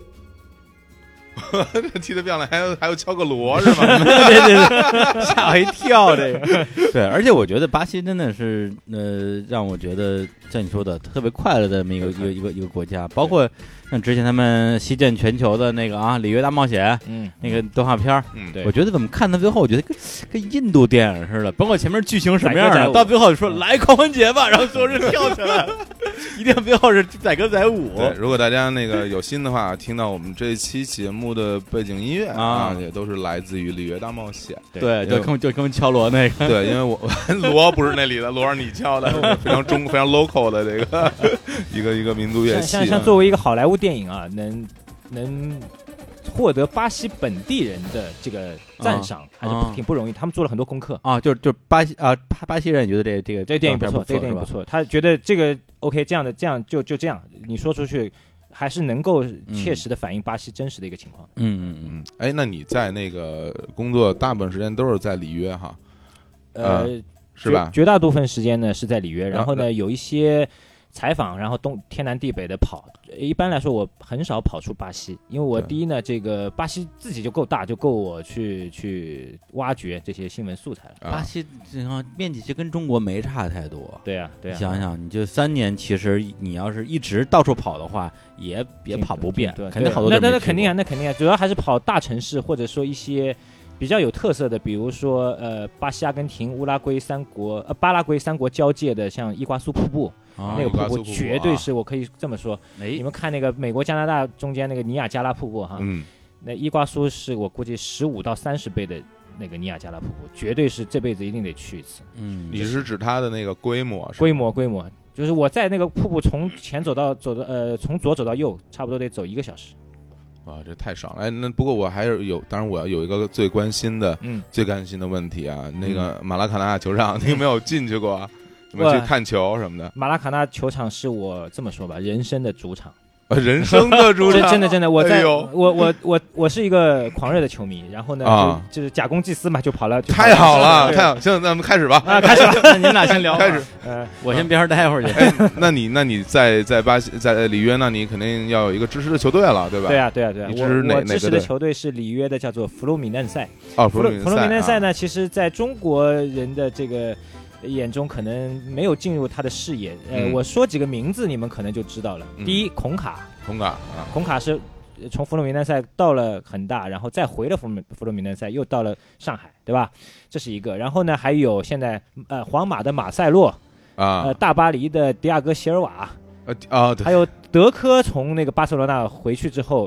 踢得漂亮，还要敲个锣是吗？ 对，吓我一跳这个。 对，而且我觉得巴西真的是让我觉得像你说的特别快乐的这么一个国家，包括像之前他们席卷全球的那个里约大冒险，那个动画片对， 我觉得怎么看到最后，我觉得跟印度电影似的，甭管前面剧情什么样的，到最后说来狂欢节吧，然后所有人跳起来，一定最后是载歌载舞。 对，如果大家那个有心的话，听到我们这一期节目的背景音乐也都是来自于里约大冒险。 对，就跟我们敲锣那个。 对，因为我锣不是那里的，锣是你敲的，非常非常 local 的这个一个民族乐器。 像作为一个好莱坞电影能获得巴西本地人的这个赞赏，还是挺不容易。他们做了很多功课就是巴西人觉得这个电影不错，这个电影不错，他觉得这个 OK， 这样就这样，你说出去还是能够切实的反映巴西真实的一个情况。 哎，那你在那个工作大部分时间都是在里约哈？是吧？ 绝大部分时间呢是在里约，然后呢有一些采访，然后天南地北的跑。一般来说我很少跑出巴西，因为我第一呢，这个巴西自己就够大，就够我去挖掘这些新闻素材了。 巴西面积其实跟中国没差太多。 对啊， 想想你就3年，其实你要是一直到处跑的话，也跑不遍，肯定好多。 那肯定啊，主要还是跑大城市，或者说一些比较有特色的，比如说巴西、阿根廷、巴拉圭三国交界的，像伊瓜苏瀑布。那个瀑布绝对是我可以这么说，你们看那个美国加拿大中间那个尼亚加拉瀑布那伊瓜苏是我估计15到30倍的那个尼亚加拉瀑布，绝对是这辈子一定得去一次。 你是指它的那个规模？ 规模，就是我在那个瀑布从前从左走到右，差不多得走1个小时。 哇，这太爽了！哎，那不过我还是当然我要有一个最关心的问题啊，那个马拉卡纳球场，你有没有进去过？怎么去看球什么的？ 马拉卡纳球场是我这么说吧，人生的主场。 人生的主场， 真的，我是一个狂热的球迷，然后呢，就是假公济私嘛，就跑了。 太好了，太好！行，那我们开始吧。 开始吧。 那你们俩先聊。 开始。 我先边上待会儿去。 那你在巴西，在里约，那你肯定要有一个支持的球队了，对吧？ 对啊。 你支持哪个？ 我支持的球队是里约的，叫做弗鲁米嫩塞。 弗鲁米嫩塞呢，其实在中国人的这个眼中可能没有进入他的视野。我说几个名字，你们可能就知道了。第一，孔卡是从弗鲁米嫩塞到了恒大，然后再回了弗鲁米嫩塞，又到了上海，对吧？这是一个。然后呢，还有现在皇马的马塞洛大巴黎的迪亚哥席尔瓦对， 还有德科从那个巴塞罗那回去之后。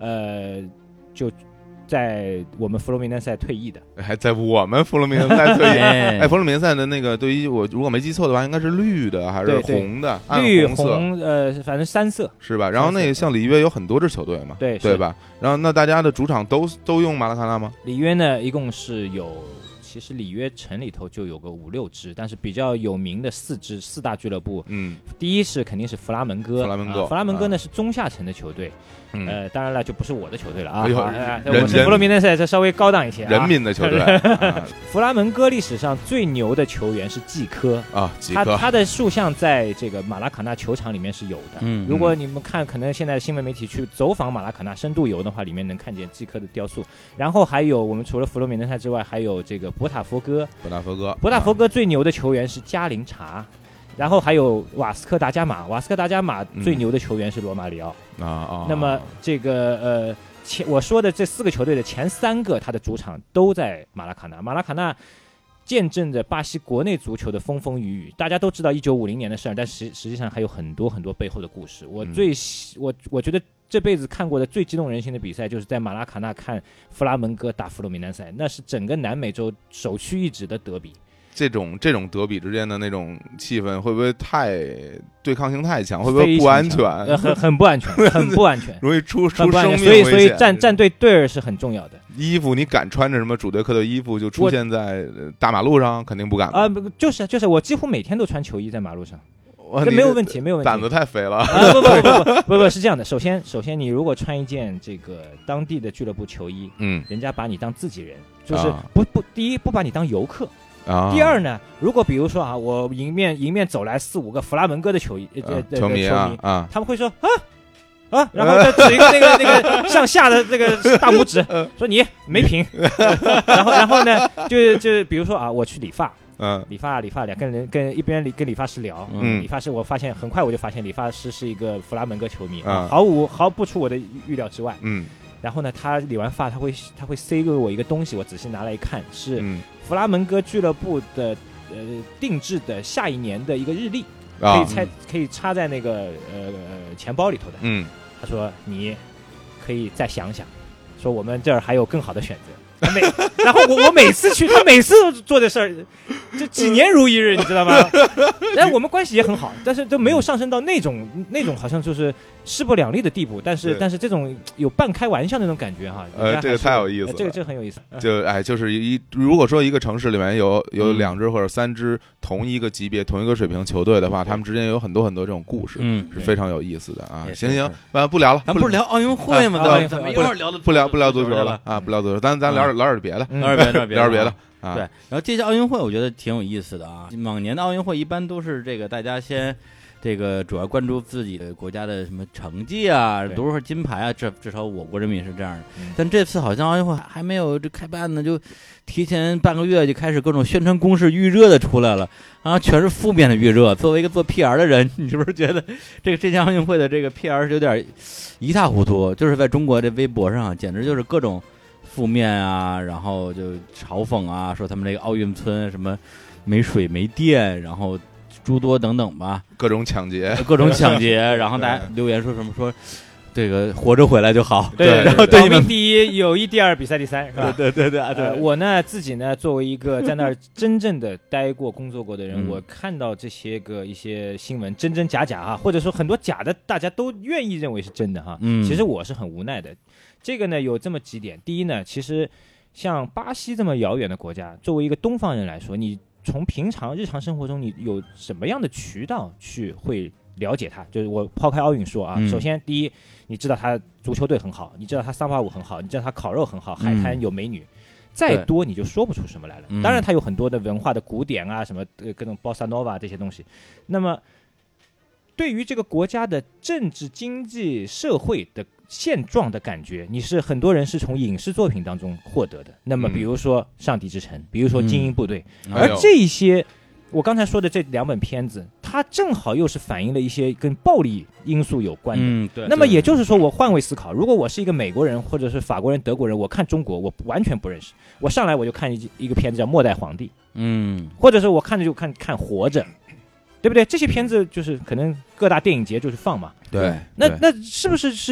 就在我们弗洛明登赛退役的， 还在我们弗洛明登赛退役。弗洛明登赛的那个队衣，我如果没记错的话，应该是绿的还是红的？ 绿红反正3色是吧？然后那个像里约有很多支球队嘛，对吧？然后那大家的主场都用马拉卡纳吗？ 里约呢，一共是有。其实里约城里头就有个5-6支，但是比较有名的4大俱乐部。第一是肯定是弗拉门戈。弗拉门戈呢是中下层的球队。当然了，就不是我的球队了啊。我是弗洛明登赛，这稍微高档一些。 人民的球队。 弗拉门戈历史上最牛的球员是季科啊，季科。他的塑像在这个马拉卡纳球场里面是有的。如果你们看，可能现在新闻媒体去走访马拉卡纳深度游的话，里面能看见季科的雕塑。然后还有我们除了弗洛明登赛之外，还有这个博塔佛哥最牛的球员是加林查，然后还有瓦斯科达加马最牛的球员是罗马里奥那么这个我说的这4个球队的前3个，他的主场都在马拉卡纳见证着巴西国内足球的风风雨雨。大家都知道1950年的事儿，但实际上还有很多很多背后的故事。我觉得这辈子看过的最激动人心的比赛，就是在马拉卡纳看弗拉门戈打弗洛明登赛，那是整个南美洲首屈一指的德比。 这种德比之间的那种气氛，会不会对抗性太强？会不会不安全？ 很不安全，很不安全， 容易出生命危险。 所以站队儿是很重要的。 衣服你敢穿着什么主队客队衣服就出现在大马路上，肯定不敢啊！ 就是我几乎每天都穿球衣在马路上。这没有问题，胆子太肥了。 不，是这样的。首先，你如果穿一件这个当地的俱乐部球衣，人家把你当自己人，就是第一不把你当游客。第二呢，如果比如说我迎面走来4-5个弗拉门戈的球迷他们会说然后再指一个那个向下的这个大拇指，说你没品。然后呢，就比如说我去理发。理发两个人跟理发师聊，理发师我发现很快我就发现理发师是一个弗拉门戈球迷，毫不出我的预料之外。然后呢，他理完发他会塞给我一个东西，我仔细拿来一看，是弗拉门戈俱乐部的定制的下一年的一个日历，可以插在那个钱包里头的。他说你可以再想想，说我们这儿还有更好的选择。然后我每次去，他每次都做这事儿，就几年如一日，你知道吗？但我们关系也很好，但是都没有上升到那种好像就是势不两立的地步。但是这种有半开玩笑那种感觉这个太有意思了， 这个很有意思。 就是如果说一个城市里面有2支或者3支同一个级别、同一个水平球队的话，他们之间有很多很多这种故事，是非常有意思的啊。行，不聊了， 咱不是聊奥运会吗？咱们一会儿聊的不聊足球了啊，不聊足球，咱聊点别的，聊点别的。 对，然后这届奥运会我觉得挺有意思的啊。往年的奥运会一般都是这个大家先这个主要关注自己的国家的什么成绩啊，多少金牌啊，至少我国人民是这样的。但这次好像奥运会还没有这开办呢，就提前半个月就开始各种宣传攻势预热的出来了啊，全是负面的预热。作为一个做 PR 的人，你是不是觉得这届奥运会的这个 PR 是有点一塌糊涂？就是在中国这微博上，简直就是各种负面啊，然后就嘲讽啊，说他们这个奥运村什么没水没电，然后诸多等等吧， 各种抢劫， 然后大家留言说什么说这个活着回来就好， 对，然后保命第一，友谊第二，比赛第三，是吧？ 对。 我呢自己呢，作为一个在那儿真正的待过、工作过的人，我看到这些一些新闻真真假假或者说很多假的，大家都愿意认为是真的其实我是很无奈的。这个呢有这么几点，第一呢，其实像巴西这么遥远的国家，作为一个东方人来说，你从平常日常生活中你有什么样的渠道去会了解它？就是我抛开奥运说首先第一，你知道他足球队很好，你知道他桑巴舞很好，你知道他烤肉很好，海滩有美女，再多你就说不出什么来了。当然他有很多的文化的古典啊，什么各种bossa nova这些东西。那么对于这个国家的政治、经济、社会的现状的感觉，你是很多人是从影视作品当中获得的。那么比如说《上帝之城》，比如说《精英部队》而这一些我刚才说的这2本片子，它正好又是反映了一些跟暴力因素有关的。 对。 那么也就是说，我换位思考，如果我是一个美国人或者是法国人、德国人，我看中国，我完全不认识，我上来我就看一个片子叫《末代皇帝》，或者是我看着就看《活着》。对不对？这些片子就是可能各大电影节就是放嘛。 对。 那是不是一个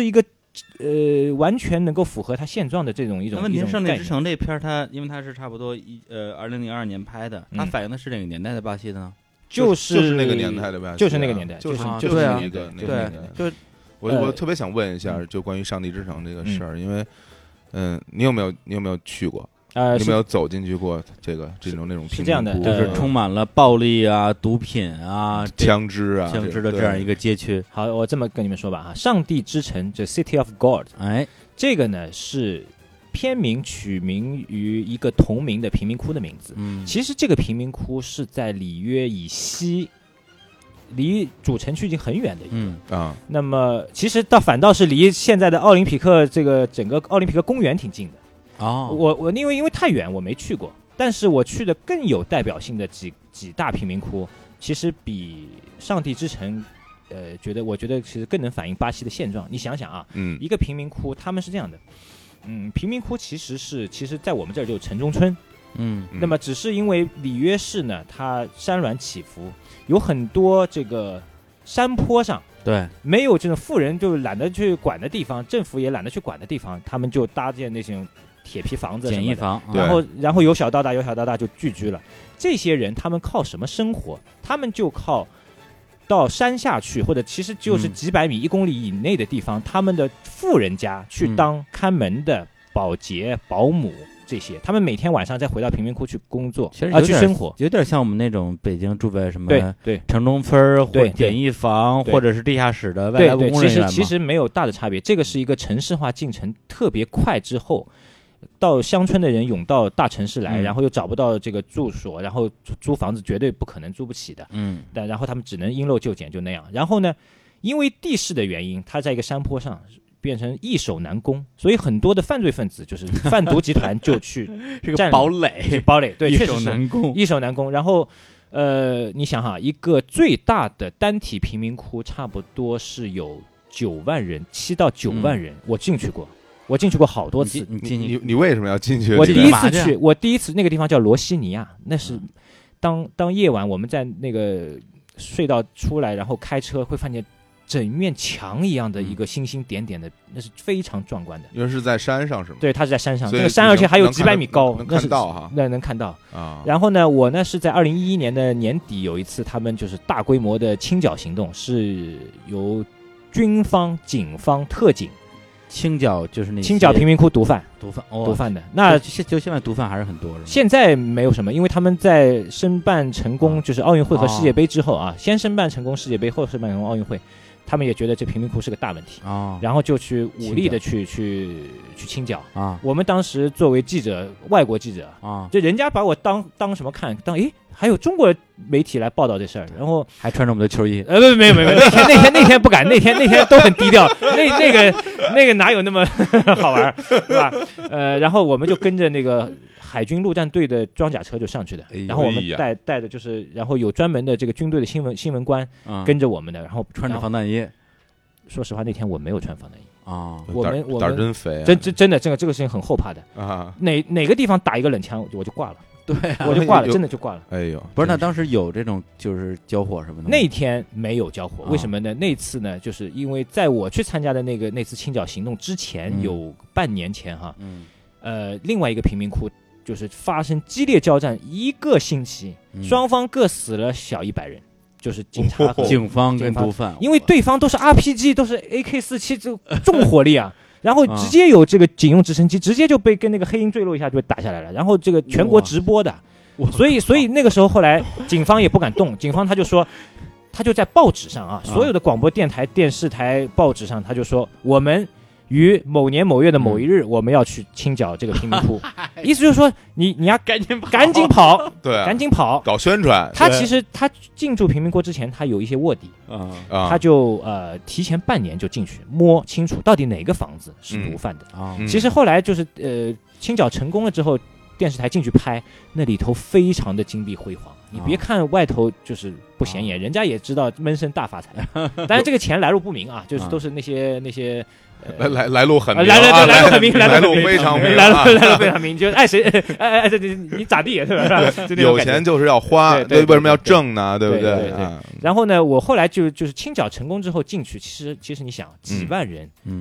完全能够符合它现状的这种一种。 问题是《胜利之城》这片它因为它是差不多2002年拍的，它反映的是哪个年代的巴西的呢？ 就是那个年代的巴西， 就是那个年代， 就是那个对，就我特别想问一下，就关于《上帝之城》这个事儿，因为你有没有去过？你有没有走进去过这种那种是这样的， 就是充满了暴力啊、毒品啊、 枪支的这样一个街区。 好，我这么跟你们说吧哈，《上帝之城》这 City of God， 这个呢是片名取名于一个同名的贫民窟的名字。其实这个贫民窟是在里约以西，离主城区已经很远的一个。那么其实反倒是离现在的奥林匹克这个整个奥林匹克公园挺近的。我因为太远我没去过，但是我去的更有代表性的几大贫民窟，其实比上帝之城，我觉得其实更能反映巴西的现状。你想想啊，一个贫民窟他们是这样的，贫民窟其实在我们这儿就是城中村。那么只是因为里约市呢，它山峦起伏，有很多这个山坡上， 对， 没有这种富人就懒得去管的地方，政府也懒得去管的地方，他们就搭建那种铁皮房子、 简易房， 然后由小到大就聚居了。这些人他们靠什么生活？他们就靠到山下去，或者其实就是几百米、1公里以内的地方，他们的富人家去当看门的、保洁、保姆。这些他们每天晚上再回到贫民窟去工作， 其实去生活， 有点像我们那种北京住在什么对城中村或简易房，或者是地下室的外来务工人员。 其实没有大的差别。这个是一个城市化进程特别快之后，到乡村的人涌到大城市来，然后又找不到这个住所，然后租房子绝对不可能租不起的。但然后他们只能因陋就简，就那样。然后呢，因为地势的原因，它在一个山坡上。变成易守难攻，所以很多的犯罪分子就是贩毒集团就去这个堡垒， 对，确实是易守难攻。然后，你想哈，一个最大的单体贫民窟差不多是有9万人，7到9万人。我进去过好多次。 你为什么要进去？ 我第一次那个地方叫罗西尼亚，那是当夜晚我们在那个隧道出来，然后开车会发现。整面墙一样的一个星星点点的，那是非常壮观的。 因为是在山上是吗？ 对，它是在山上，这个山而且还有几百米高， 能看到哈。 那能看到啊。然后呢，我呢是在2011年的年底有一次，他们就是大规模的清剿行动，是由军方、警方、特警清剿，就是那清剿贫民窟毒贩的。那就现在毒贩还是很多是吗？ 现在没有什么，因为他们在申办成功，就是奥运会和世界杯之后啊，先申办成功世界杯，后申办成功奥运会。他们也觉得这贫民窟是个大问题然后就去武力的去清剿我们当时作为记者，外国记者就人家把我当什么看？还有中国媒体来报道这事儿，然后还穿着我们的球衣。 没有，那天不敢，那天都很低调。那个哪有那么好玩，是吧？然后我们就跟着那个。海军陆战队的装甲车就上去的，然后我们带的就是，然后有专门的这个军队的新闻官跟着我们的，然后穿着防弹衣。 说实话，那天我没有穿防弹衣我们胆真肥， 真的这个事情很后怕的哪个地方打一个冷枪我就挂了， 对我就挂了，真的就挂了。 哎呦， 不是，那当时有这种就是交火什么的吗？ 那天没有交火，为什么呢？那次呢，就是因为在我去参加的那次清剿行动之前，有半年前哈，另外一个贫民窟。就是发生激烈交战1个星期，双方各死了小100人，就是警察、 警方跟毒贩， 因为对方都是 RPG， 都是 AK47这重火力啊，然后直接有这个警用直升机，直接就被跟那个黑鹰坠落一下就被打下来了，然后这个全国直播的，所以那个时候后来警方也不敢动，警方他就说。他就在报纸上啊，所有的广播电台、电视台、报纸上，他就说我们。于某年某月的某一日，我们要去清剿这个贫民窟，意思就是说，你要赶紧跑， 对， 赶紧跑， 搞宣传。 他其实他进驻贫民窟之前，他有一些卧底他就提前半年就进去摸清楚到底哪个房子是毒贩的其实后来就是清剿成功了之后，电视台进去拍，那里头非常的金碧辉煌。你别看外头就是不显眼，人家也知道闷声大发财，但是这个钱来路不明啊，就是都是那些。 来路很明， 来路很明， 来路非常明， 来路非常明，就是爱谁爱你咋地是吧？ 有钱就是要花，对，为什么要挣呢？对不对？ 然后呢，我后来就是清剿成功之后进去，其实你想几万人，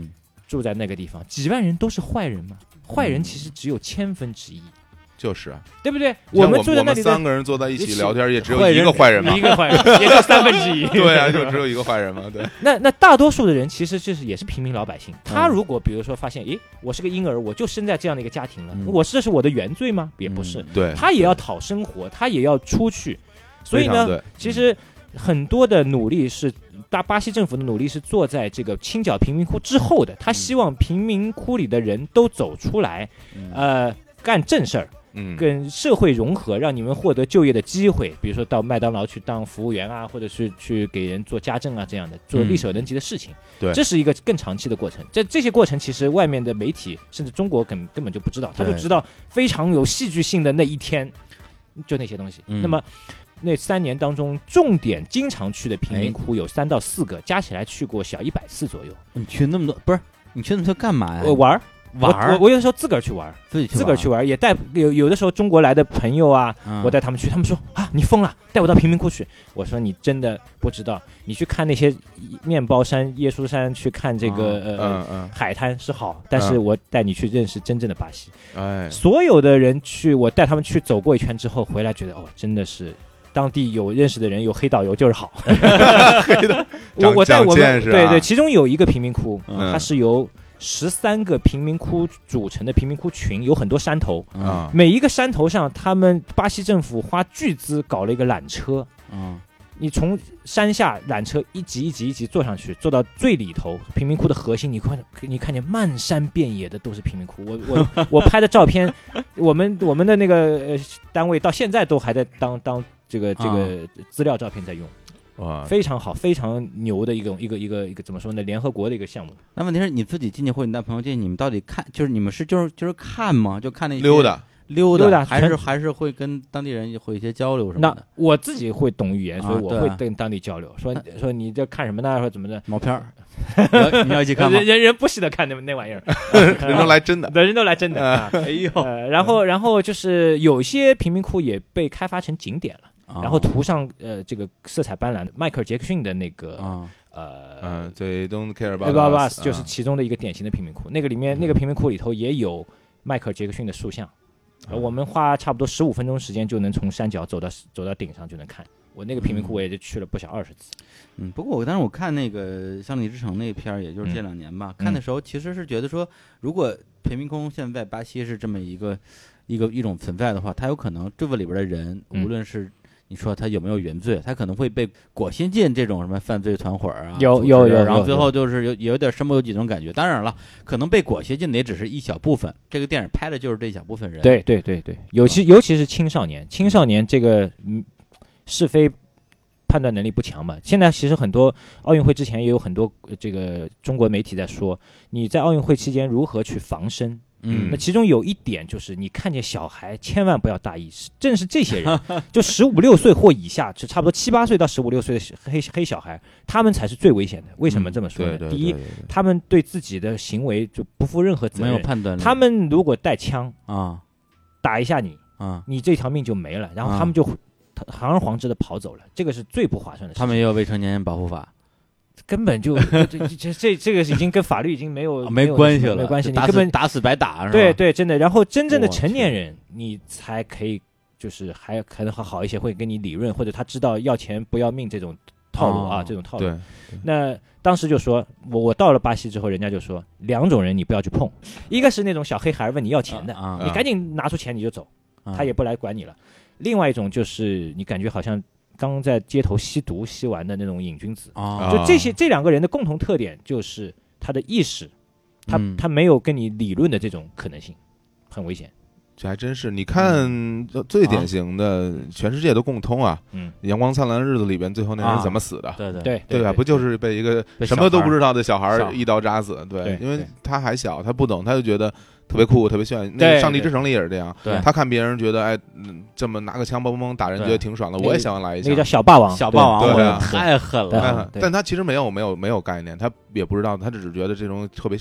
住在那个地方，几万人都是坏人吗？坏人其实只有1/1000， 就是啊， 对不对？我们住在那里， 我们3个人坐在一起聊天，也只有一个坏人嘛， 一个坏人也就1/3。 对啊，就只有一个坏人嘛。对， 那大多数的人其实就是也是平民老百姓。他如果比如说发现，诶，我是个婴儿，我就生在这样的一个家庭了，这是我的原罪吗？也不是。 对， 他也要讨生活，他也要出去。所以呢，其实很多的努力是巴西政府的努力是做在这个清剿贫民窟之后的。他希望贫民窟里的人都走出来，干正事儿。跟社会融合，让你们获得就业的机会，比如说到麦当劳去当服务员啊，或者是去给人做家政啊，这样的做力所能及的事情。 对， 这是一个更长期的过程。这些过程其实外面的媒体甚至中国根本就不知道，他就知道非常有戏剧性的那一天，就那些东西。那么那3年当中，重点经常去的贫民窟有3到4个，加起来去过小100次左右。 你去那么多，不是你去那么多干嘛呀？ 玩。我有的时候自个儿去玩，自个儿去玩，也带有的时候中国来的朋友啊，我带他们去，他们说啊你疯了，带我到贫民窟去。我说你真的不知道，你去看那些面包山、耶稣山，去看这个海滩是好，但是我带你去认识真正的巴西。所有的人去，我带他们去走过一圈之后回来，觉得真的是当地有认识的人，有黑导游就是好。我带我们对，其中有一个贫民窟，它是由13个贫民窟组成的贫民窟群，有很多山头，每一个山头上，他们巴西政府花巨资搞了一个缆车，你从山下缆车一级一级一级坐上去，坐到最里头贫民窟的核心，你看见漫山遍野的都是贫民窟。我拍的照片，我们的那个单位到现在都还在当这个资料照片在用。非常好，非常牛的一个怎么说呢？联合国的一个项目。 那问题是你自己进去或者你带朋友进去，你们到底看，就是你们是就是看吗？就看那些溜达，还是会跟当地人会一些交流什么的？ 那我自己会懂语言，所以我会跟当地交流，说你这看什么呢？说怎么的？ 毛片儿，你要一起看吗？ 人不稀得看那玩意儿， 人都来真的， 人都来真的。哎呦，然后就是有些贫民窟也被开发成景点了。然后涂上这个色彩斑斓的迈克尔·杰克逊的那个对 ，Don't Care About Us 就是其中的一个典型的贫民窟。那个里面那个贫民窟里头也有迈克尔·杰克逊的塑像，我们花差不多15分钟时间就能从山脚走到顶上就能看。我那个贫民窟我也就去了不小20次。 不过当时我看那个《乡里之城》那片儿，也就是这2年吧，看的时候其实是觉得说，如果贫民窟现在巴西是这么一种存在的话，它有可能这个里边的人，无论是你说他有没有原罪？他可能会被裹挟进这种什么犯罪团伙啊， 有， 然后最后就是有点身不由己这种感觉。当然了，可能被裹挟进的也只是一小部分。这个电影拍的就是这一小部分人。 对，尤其是青少年这个是非判断能力不强嘛。现在其实很多奥运会之前也有很多这个中国媒体在说，你在奥运会期间如何去防身。那其中有一点就是，你看见小孩千万不要大意，正是这些人，就15、16岁或以下，就差不多7、8岁到15、16岁的黑小孩，他们才是最危险的。为什么这么说呢？第一，他们对自己的行为就不负任何责任， 没有判断力。 他们如果带枪打一下你你这条命就没了，然后他们就堂而皇之的跑走了，这个是最不划算的事情。 他们也有未成年人保护法。 根本就这个已经跟法律已经没关系了， 没关系， 你根本打死白打是吧？ 对，真的。然后真正的成年人，你才可以就是还可能好一些，会跟你理论，或者他知道要钱不要命这种套路这种套路。 对。 那当时就说，我到了巴西之后，人家就说2种人你不要去碰，一个是那种小黑孩问你要钱的，你赶紧拿出钱你就走，他也不来管你了。另外一种就是你感觉好像刚在街头吸毒吸完的那种瘾君子就这2个人的共同特点就是他的意识，他没有跟你理论的这种可能性，很危险。 这还真是，你看最典型的，全世界都共通啊。阳光灿烂的日子里边，最后那人怎么死的？对吧？不就是被一个什么都不知道的小孩一刀扎死？对，因为他还小，他不懂，他就觉得特别酷，特别炫。那个上帝之城里也是这样，他看别人觉得这么拿个枪梆梆打人，觉得挺爽的，我也想来一下。 那个叫小霸王， 对啊， 太狠了。 但他其实没有概念，他也不知道，他只是觉得这种特别帅。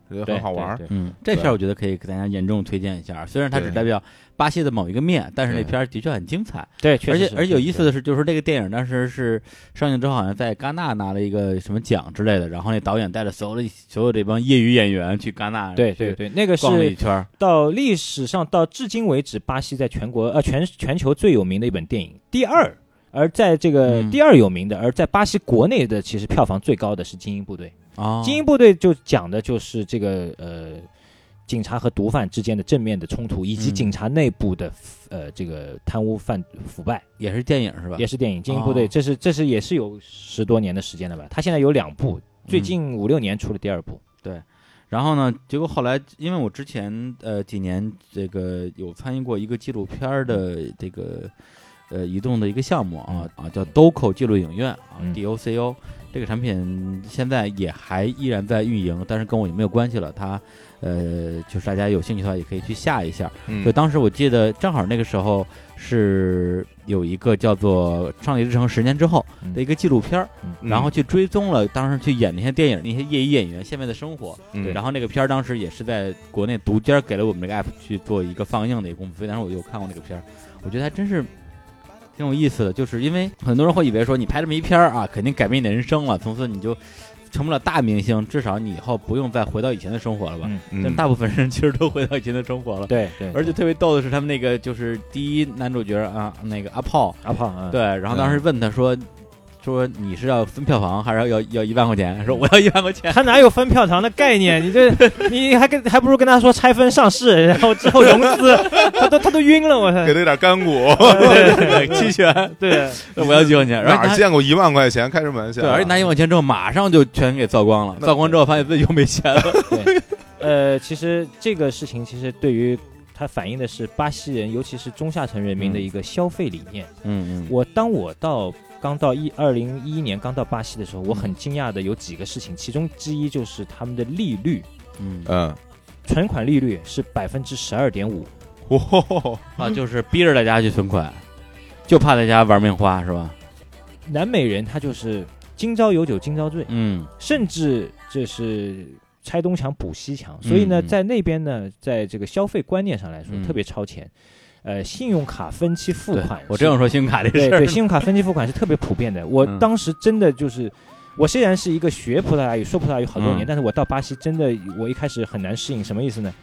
觉得很好玩。 这片我觉得可以给大家严重推荐一下，虽然它只代表巴西的某一个面，但是那片的确很精彩。 对，确实而且有意思的是，就是这个电影当时是上映之后，好像在戛纳拿了一个什么奖之类的，然后那导演带着所有这帮业余演员去戛纳， 对，那个是逛了一圈， 到历史上到至今为止，巴西在全球最有名的一本电影，第二。而在这个第二有名的，而在巴西国内的其实票房最高的是《精英部队》。精英部队就讲的就是这个警察和毒贩之间的正面的冲突，以及警察内部的这个贪污腐败。 也是电影是吧？ 也是电影《精英部队》，这是也是有10多年的时间了吧？他现在有2部，最近5、6年出了第2部。 对。然后呢，结果后来，因为我之前几年这个有参与过一个纪录片的这个移动的一个项目叫 DOCO 纪录影院DOCO 这个产品现在也还依然在运营，但是跟我也没有关系了。它就是大家有兴趣的话也可以去下一下。所以当时我记得正好那个时候是有一个叫做《上帝之城10年之后》的一个纪录片，然后去追踪了当时去演那些电影那些业余演员现在的生活。然后那个片当时也是在国内独家给了我们这个 app 去做一个放映的一个功夫，所以当时我有看过那个片，我觉得还真是挺有意思的。就是因为很多人会以为说你拍这么一片肯定改变你的人生了，从此你就成不了大明星，至少你以后不用再回到以前的生活了吧。但大部分人其实都回到以前的生活了。 对， 而且特别逗的是他们那个就是第一男主角那个阿炮对，然后当时问他说你是要分票房还是要1万块钱？说我要1万块钱。 他哪有分票房的概念？你还不如跟他说拆分上市，然后之后融资，他都晕了。我给他点干股， 对，期权，对，我要几块钱。 哪见过1万块钱？开什么玩笑？ 对，而且拿1万块钱之后，马上就全给造光了。造光之后，发现自己又没钱了。 对，其实这个事情其实对于它反映的是巴西人，尤其是中下层人民的一个消费理念。我刚到2011年刚到巴西的时候，我很惊讶的有几个事情，其中之一就是他们的利率，存款利率是12.5%， 就是逼着大家去存款，就怕大家玩命花，是吧？ 南美人他就是今朝有酒今朝醉，甚至这是拆东墙补西墙，所以呢，在那边呢，在这个消费观念上来说，特别超前。信用卡分期付款， 我这样说信用卡这事儿， 对，信用卡分期付款是特别普遍的。我当时真的就是，我虽然是一个学葡萄牙语、说葡萄牙语好多年，但是我到巴西真的，我一开始很难适应。什么意思呢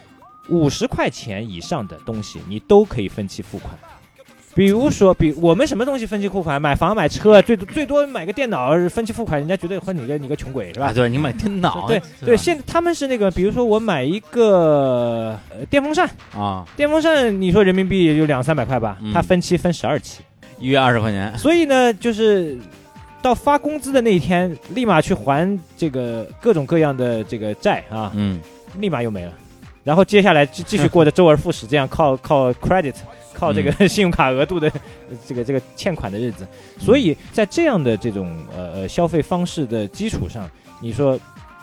？50块钱以上的东西你都可以分期付款。比如说，我们什么东西分期付款？买房、买车，最多买个电脑分期付款，人家觉得你个穷鬼是吧？ 对，你买电脑， 对，现在他们是那个，比如说我买一个电风扇电风扇你说人民币也就200-300块吧，他分期分12期 ，1月20块钱。 所以呢，就是到发工资的那一天，立马去还这个各种各样的这个债立马又没了，然后接下来继续过着周而复始这样靠 credit。靠这个信用卡额度的这个欠款的日子，所以在这样的这种消费方式的基础上，你说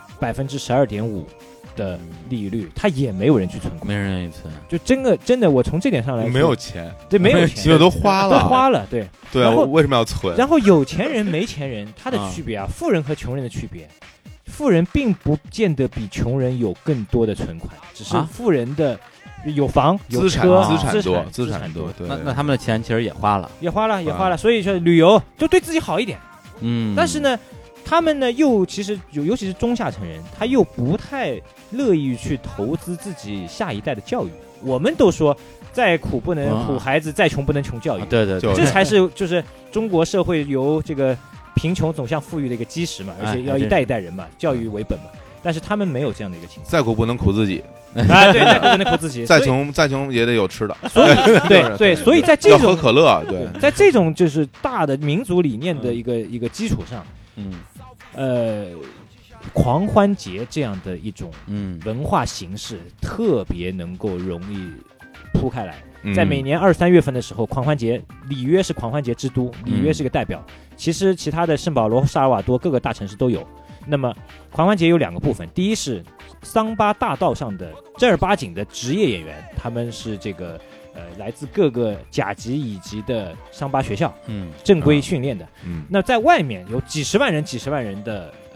12.5%的利率，他也没有人去存款， 没人愿意存， 就真的，我从这点上来说， 没有钱， 对，没有钱， 都花了， 对， 然后为什么要存？ 然后有钱人没钱人，他的区别富人和穷人的区别，富人并不见得比穷人有更多的存款，只是富人的。有房有车， 资产多，对。 那他们的钱其实也花了， 所以说旅游就对自己好一点。但是呢，他们呢又其实尤其是中下层人，他又不太乐意去投资自己下一代的教育。我们都说，再苦不能苦孩子，再穷不能穷教育。 对， 这才是就是中国社会由这个贫穷走向富裕的一个基石嘛，而且要一代一代人嘛，教育为本嘛。但是他们没有这样的一个情况， 再苦不能苦自己对，再苦不能苦自己， 再穷也得有吃的， 所以对，所以在这种要喝可乐，对， 在这种就是大的民族理念的一个基础上，狂欢节这样的一种文化形式特别能够容易铺开来。在每年2、3月份的时候，狂欢节，里约是狂欢节之都，里约是个代表。其实其他的圣保罗、萨尔瓦多各个大城市都有。那么狂欢节有2个部分，第一是桑巴大道上的正儿八经的职业演员，他们是这个来自各个甲级乙级的桑巴学校，正规训练的。那在外面有几十万人的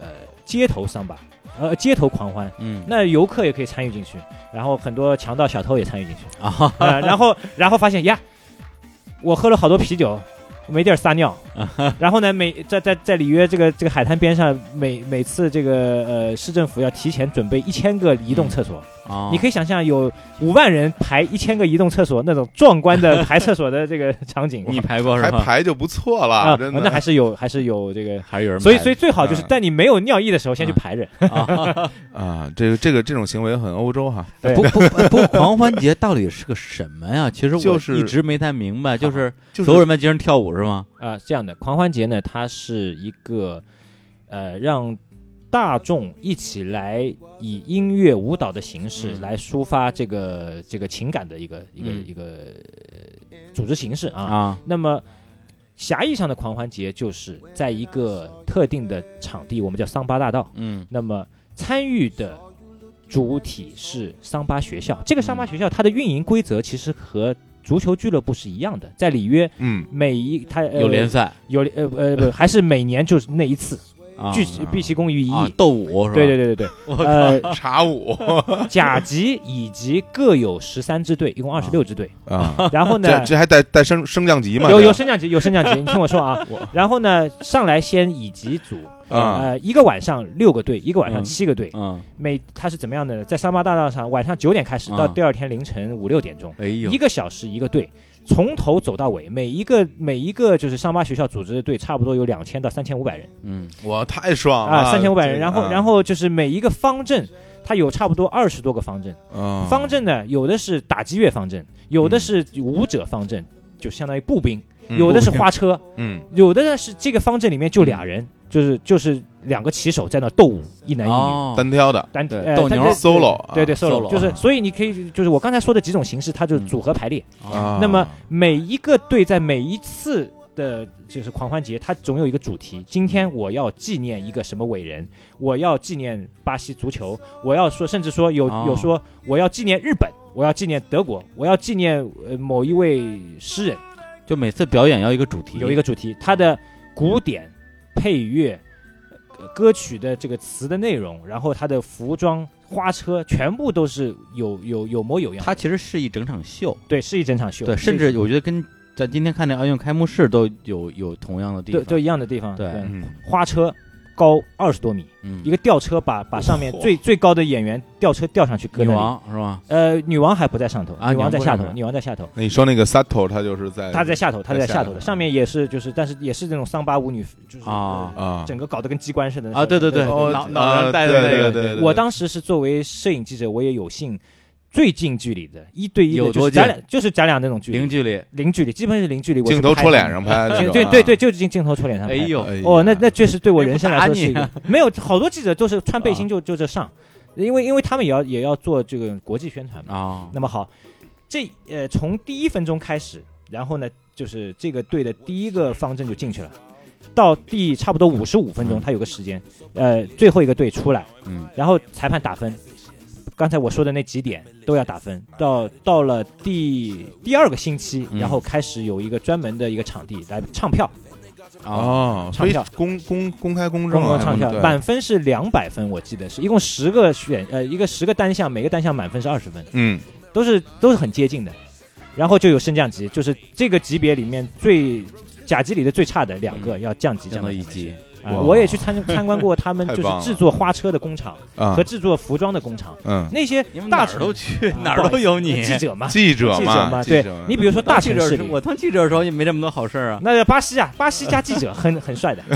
街头桑巴，街头狂欢，那游客也可以参与进去，然后很多强盗小偷也参与进去啊，然后发现呀，我喝了好多啤酒。没地儿撒尿，然后呢，在里约这个海滩边上，每次这个市政府要提前准备1000个移动厕所，你可以想象有5万人排1000个移动厕所那种壮观的排厕所的这个场景。 你排过是吧？ 还排就不错了，真的。 那还是有这个， 还有人。 所以最好就是在你没有尿意的时候先去排着这种行为很欧洲哈。 不，狂欢节到底是个什么呀？其实我一直没太明白，就是所有人在街上跳舞是吗？ 这样的狂欢节呢，它是一个让大众一起来以音乐舞蹈的形式来抒发这个情感的一个组织形式啊。那么狭义上的狂欢节就是在一个特定的场地，我们叫桑巴大道。那么参与的主体是桑巴学校。这个桑巴学校它的运营规则其实和足球俱乐部是一样的，在里约，它有联赛， 不还是每年就是那一次。毕其功于一役， 斗舞是吧？ 对， 茶舞， 甲级乙级各有13支队，一共26支队啊。然后呢， 这还带升降级吗？ 有升降级，你听我说啊。然后呢，上来先乙级组，一个晚上6个队，一个晚上7个队。它是怎么样的？在桑巴大道上，晚上9点开始，到第二天凌晨5、6点钟，1个小时一个队。从头走到尾，每一个就是桑巴学校组织的队，差不多有2000到3500人。 哇，太爽了 ！3500人，然后就是每一个方阵，它有差不多20多个方阵。方阵呢，有的是打击乐方阵，有的是舞者方阵，就相当于步兵，有的是花车，有的呢是这个方阵里面就2人，就是2个骑手在那斗舞，一男一女， 单挑的， 斗牛 solo， 对 solo， 就是所以你可以就是我刚才说的几种形式，它就是组合排列。那么每一个队在每一次的就是狂欢节，它总有一个主题。今天我要纪念一个什么伟人，我要纪念巴西足球，我要说，甚至说有说我要纪念日本，我要纪念德国，我要纪念某一位诗人。 就每次表演要一个主题， 有一个主题，它的鼓点、配乐、歌曲的这个词的内容，然后它的服装、花车，全部都是有模有样。 它其实是一整场秀， 对，是一整场秀。 对，甚至我觉得跟咱今天看的奥运开幕式都有同样的地方， 都一样的地方。 对， 花车高20多米，一个吊车把上面最高的演员吊车吊上去。 女王是吧？ 女王还不在上头，女王在下头。女王在下头。 那你说那个 Sato， 他就是他在下头，他在下头的，上面也是但是也是那种桑巴舞女，就是整个搞得跟机关似的对，脑上戴的那个。 对。 我当时是作为摄影记者，我也有幸。最近距离的1对1的，就是咱俩那种距离，零距离，基本是零距离。 镜头戳脸上拍， 对，就是镜头戳脸上拍。那确实对我人生来说是一个没有好多记者都是穿背心就这上，因为他们也要做这个国际宣传嘛。那么好，从第1分钟开始，然后呢，就是这个队的第一个方阵就进去了，到第差不多55分钟，他有个时间，最后一个队出来，然后裁判打分。刚才我说的那几点都要打分，到了第2个星期，然后开始有一个专门的一个场地来唱票。唱票公开公正唱票，满分是200分，我记得是一共10个一个10个单项，每个单项满分是20分，都是很接近的。然后就有升降级，就是这个级别里面甲级里的最差的2个要降级降到1级。我也去参观过他们就是制作花车的工厂和制作服装的工厂，那些大城都去哪儿都有你记者嘛， 对， 你比如说大城市里， 我当记者的时候也没这么多好事啊。 那巴西加记者很帅的，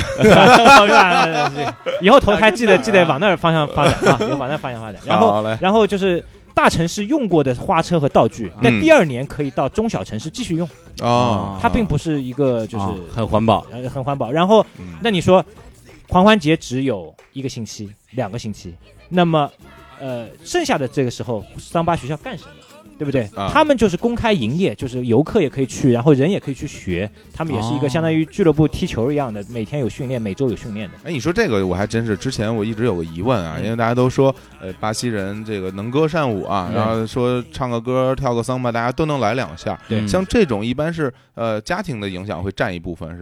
以后投胎记得往那方向发展啊，往那方向发展。然后就是大城市用过的花车和道具，在第2年可以到中小城市继续用。它并不是一个就是很环保， 很环保。然后，那你说，狂欢节只有1个星期、2个星期，那么，剩下的这个时候，桑巴学校干什么？对不对？他们就是公开营业，就是游客也可以去，然后人也可以去学。他们也是一个相当于俱乐部踢球一样的，每天有训练，每周有训练的。 你说这个我还真是，之前我一直有个疑问啊，因为大家都说，巴西人这个能歌善舞啊，然后说唱个歌、跳个桑巴，大家都能来2下。 对， 像这种一般是家庭的影响会占一部分，是吧？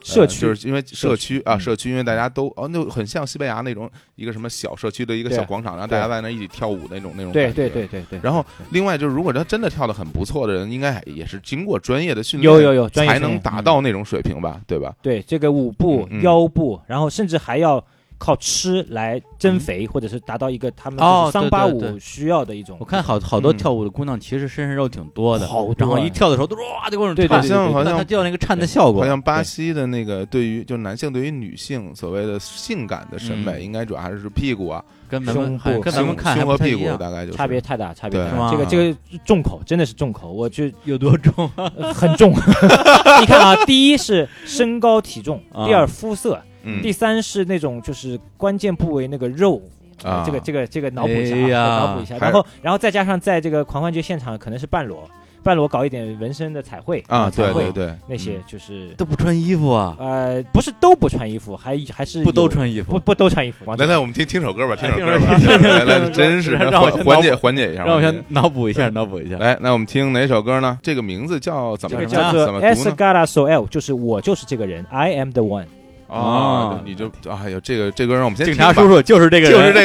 社区， 就是因为社区啊，社区因为大家都那很像西班牙那种一个什么小社区的一个小广场，然后大家在那一起跳舞那种对。 然后另外就是，如果他真的跳得很不错的人，应该也是经过专业的训练， 有才能达到那种水平吧，对吧？ 对，这个舞步、腰部，然后甚至还要靠吃来增肥，或者是达到一个他们桑巴舞需要的一种。 我看好多跳舞的姑娘，其实身上肉挺多的，然后一跳的时候都哇就跟着颤，好像她就有那个颤的效果。 好像巴西的那个对于就男性对于女性所谓的性感的审美，应该主要还是屁股啊， 跟胸部、 跟咱们看胸和屁股大概就差别太大，差别太大。这个重口真的是重口，我就有多重？ 很重。你看啊，第一是身高体重，第二肤色。第三是那种就是关键部位那个肉，这个脑补一下，脑补一下，然后再加上在这个狂欢节现场可能是半裸搞一点纹身的彩绘啊，对， 那些就是都不穿衣服啊， 不是都不穿衣服，还是不都穿衣服， 不都穿衣服。 来，我们听首歌吧，来，真是让我缓解一下， 让我先脑补一下。 来，那我们听哪首歌呢？这个名字叫怎么？ 这个叫做 Esgara Soel， 就是我就是这个人 ，I am the one。 你就哎呦，这歌让我们先警察叔叔就是这个人，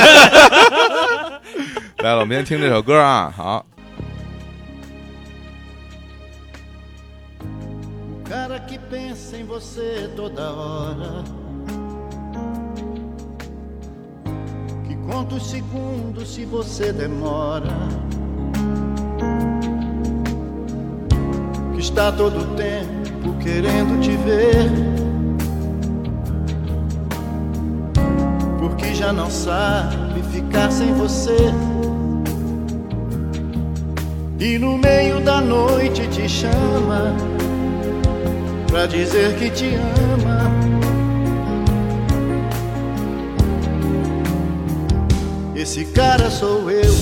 来了，我们先听这首歌啊，好。 Cara que pensa em você toda hora, que conta os segundos se você demora, que está todo o tempo querendo te ver.Porque já não sabe ficar sem você, e no meio da noite te chama pra dizer que te ama. Esse cara sou eu,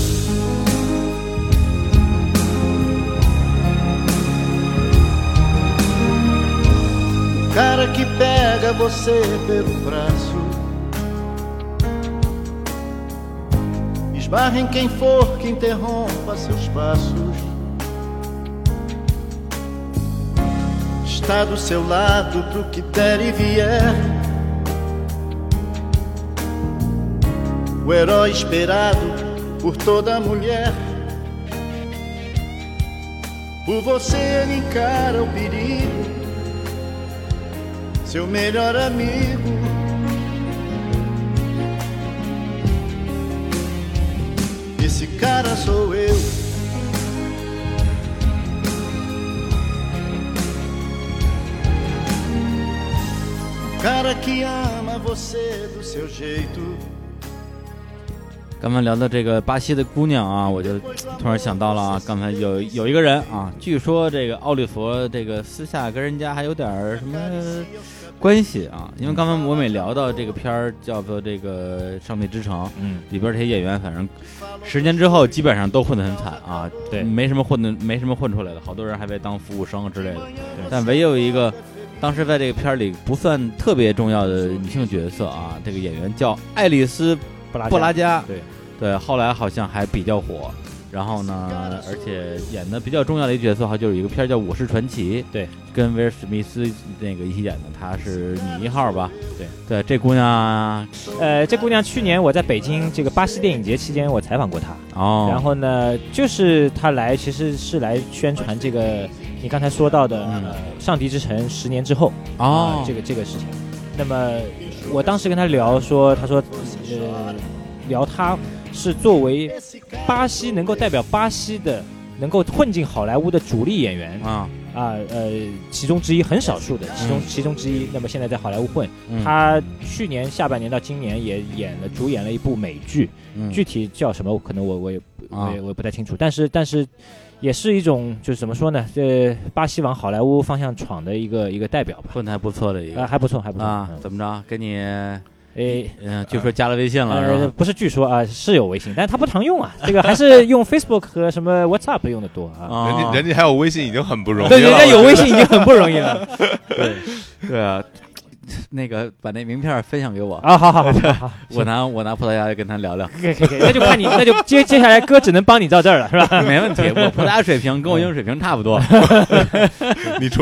o cara que pega você pelo braço,Esbarra em quem for que interrompa seus passos. Está do seu lado pro que der e vier. O herói esperado por toda mulher. Por você ele encara o perigo. Seu melhor amigo.Esse cara sou eu, o cara que ama você do seu jeito。 刚才聊到这个巴西的姑娘啊，我就突然想到了啊，刚才有一个人啊，据说这个奥利弗这个私下跟人家还有点什么关系啊，因为刚才我们也聊到这个片儿叫做这个《上帝之城》，里边这些演员反正10年之后基本上都混得很惨啊， 对， 没什么混出来的，好多人还被当服务生之类的，但唯有一个当时在这个片里不算特别重要的女性角色啊，这个演员叫爱丽丝布拉加，对，后来好像还比较火。然后呢，而且演的比较重要的一个角色，哈，就是有一个片叫《我是传奇》， 对， 跟威尔史密斯那个一起演的，她是女1号吧？对，这姑娘， 这姑娘去年我在北京这个巴西电影节期间，我采访过她。 哦， 然后呢，就是她来其实是来宣传这个你刚才说到的《上帝之城》10年之后这个事情。那么我当时跟她聊说，她说聊她是作为巴西能够代表巴西的能够混进好莱坞的主力演员其中之一，很少数的其中之一。那么现在在好莱坞混，他去年下半年到今年也主演了一部美剧，具体叫什么可能我也不太清楚，但是也是一种就是怎么说呢，巴西往好莱坞方向闯的一个代表吧， 混得还不错的一个， 还不错啊，怎么着跟你据说加了微信了， 不是据说啊，是有微信，但是他不常用啊，这个还是用 Facebook 和什么 WhatsApp 用的多啊。 人家还有微信已经很不容易了， 对，人家有微信已经很不容易了。 对啊，那个把那名片分享给我啊，好， 我拿葡萄牙跟他聊聊， 可以，那就看你，那就接下来哥只能帮你到这儿了，是吧？ 没问题，我葡萄牙水平跟我英语水平差不多。 你除了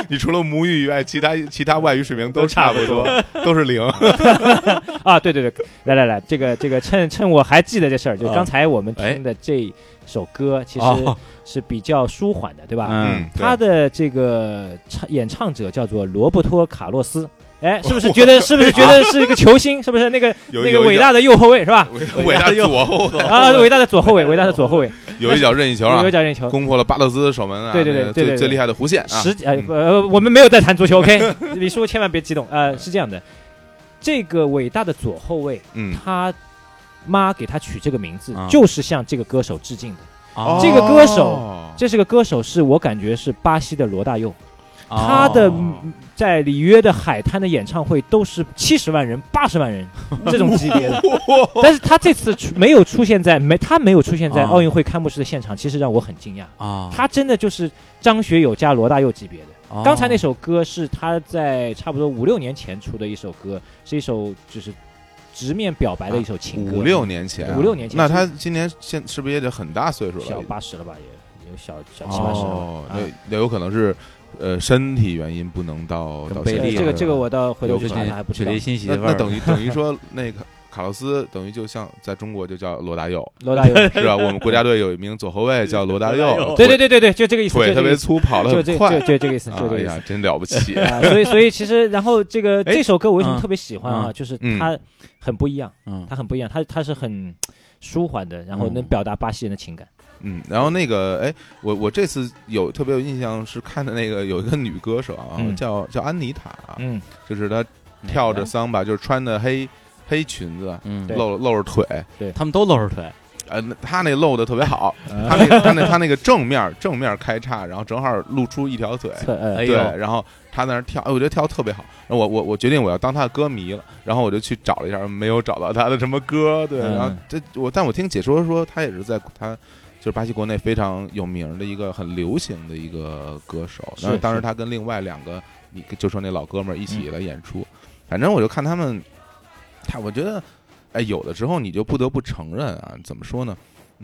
你除了母语以外，其他外语水平都差不多，都是0。 啊，对，来，这个趁我还记得这事儿，就刚才我们听的这首歌，其实是比较舒缓的，对吧？他的这个演唱者叫做罗伯托·卡洛斯。哎，是不是觉得是一个球星？是不是那个伟大的右后卫是吧？ 伟大的左后卫啊，伟大的左后卫， 有一脚任意球啊， 有一脚任意球攻破了巴勒斯守门啊， 对， 最厉害的弧线啊。 我们没有在谈足球 ，OK？ 李叔千万别激动是这样的，这个伟大的左后卫，他妈给他取这个名字，就是向这个歌手致敬的。这个歌手，这是个歌手，是我感觉是巴西的罗大佑。他的在里约的海滩的演唱会都是70万人、80万人这种级别的，但是他这次没有出现在奥运会开幕式的现场，其实让我很惊讶啊！他真的就是张学友加罗大佑级别的。刚才那首歌是他在差不多5-6年前出的一首歌，是一首就是直面表白的一首情歌。 5-6年前，那他今年是不是也得很大岁数了？ 小80了吧，也有小70-80了。 那有可能是。身体原因不能到这个我到回头去查还不知道。 那等于说那个卡洛斯等于就像在中国就叫罗大佑是吧？我们国家队有一名左后卫叫罗大佑， 对，就这个意思， 腿特别粗，跑得很快， 就这个意思， 哎呀，真了不起。 所以其实然后这首歌我为什么特别喜欢啊？就是它很不一样，它是很舒缓的，然后能表达巴西人的情感。 然后那个，我这次特别有印象是看的那个有一个女歌手啊，叫安妮塔，就是她跳着桑巴，就是穿的黑裙子，露着腿， 对， 他们都露着腿， 她那露的特别好，她那个正面开叉，然后正好露出一条腿，对，然后她在那跳，我觉得跳得特别好，然后我决定我要当她的歌迷了，然后我就去找了一下，没有找到她的什么歌，对，然后但我听解说她也是在她。就是巴西国内非常有名的一个很流行的一个歌手，然后当时他跟另外2个，你就说那老哥们儿一起来演出，反正我就看他们，我觉得，有的时候你就不得不承认啊，怎么说呢？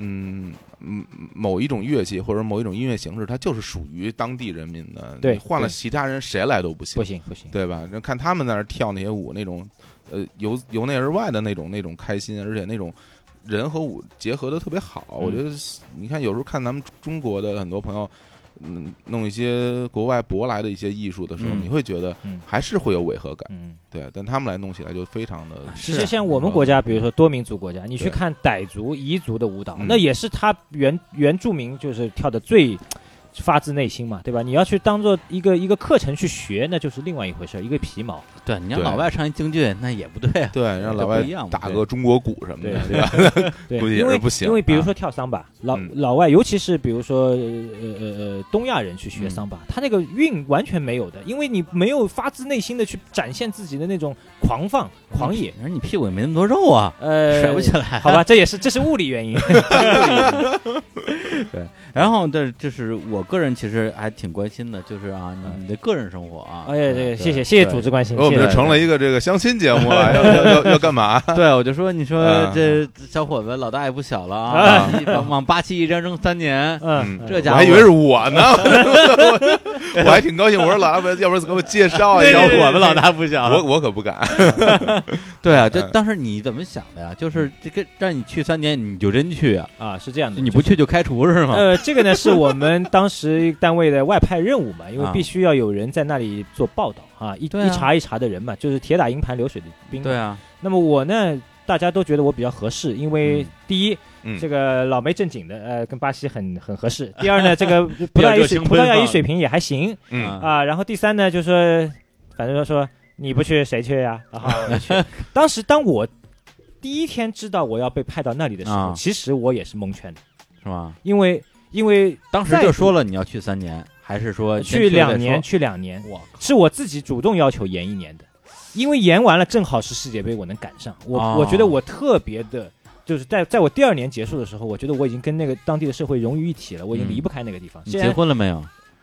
某一种乐器或者某一种音乐形式，它就是属于当地人民的， 对， 换了其他人谁来都不行， 不行， 对吧？看他们在那跳那些舞，那种由内而外的那种开心，而且那种。人和舞结合的特别好，我觉得你看有时候看咱们中国的很多朋友，弄一些国外舶来的一些艺术的时候，你会觉得还是会有违和感，对，但他们来弄起来就非常的。 其实像我们国家，比如说多民族国家，你去看傣族、彝族的舞蹈，那也是他原住民就是跳的最。发自内心嘛，对吧？你要去当做一个课程去学，那就是另外一回事，一个皮毛。 对，你让老外唱一京剧，那也不对啊。 对，让老外打个中国鼓什么的，对吧？估计也是不行。 因为比如说跳桑巴，老外，尤其是比如说东亚人去学桑巴，他那个韵完全没有的，因为你没有发自内心的去展现自己的那种狂放、狂野， 而你屁股也没那么多肉啊，甩不起来。 好吧，这是物理原因。 对，然后就是我个人其实还挺关心的，就是啊，你的个人生活啊。 对，谢谢组织关心。 我们就成了一个这个相亲节目了，要干嘛？ 对，我就说，你说这小伙子老大也不小了啊，往巴西一扔3年，这家伙我还以为是我呢，我还挺高兴。我说老大，要不然给我介绍一下？ 我们老大不小了， 我可不敢。 对啊，这当时你怎么想的呀？就是这个让你去3年，你就真去啊？ 是这样的， 你不去就开除是吗？ 这个呢是我们当时单位的外派任务嘛，因为必须要有人在那里做报道啊，一茬一茬的人嘛，就是铁打营盘流水的兵。 对啊。 那么我呢，大家都觉得我比较合适，因为第一，这个老没正经的，跟巴西很合适；第二呢，这个葡萄牙语水平也还行，然后第三呢，就说反正说你不去谁去呀？我去。当时当我第一天知道我要被派到那里的时候，其实我也是蒙圈的， 是吧？ 因为当时就说了你要去3年，还是说去2年？去2年，是我自己主动要求延1年的，因为延完了正好是世界杯，我能赶上。我觉得我特别的，就是在我第2年结束的时候，我觉得我已经跟那个当地的社会融于一体了，我已经离不开那个地方。 你结婚了没有？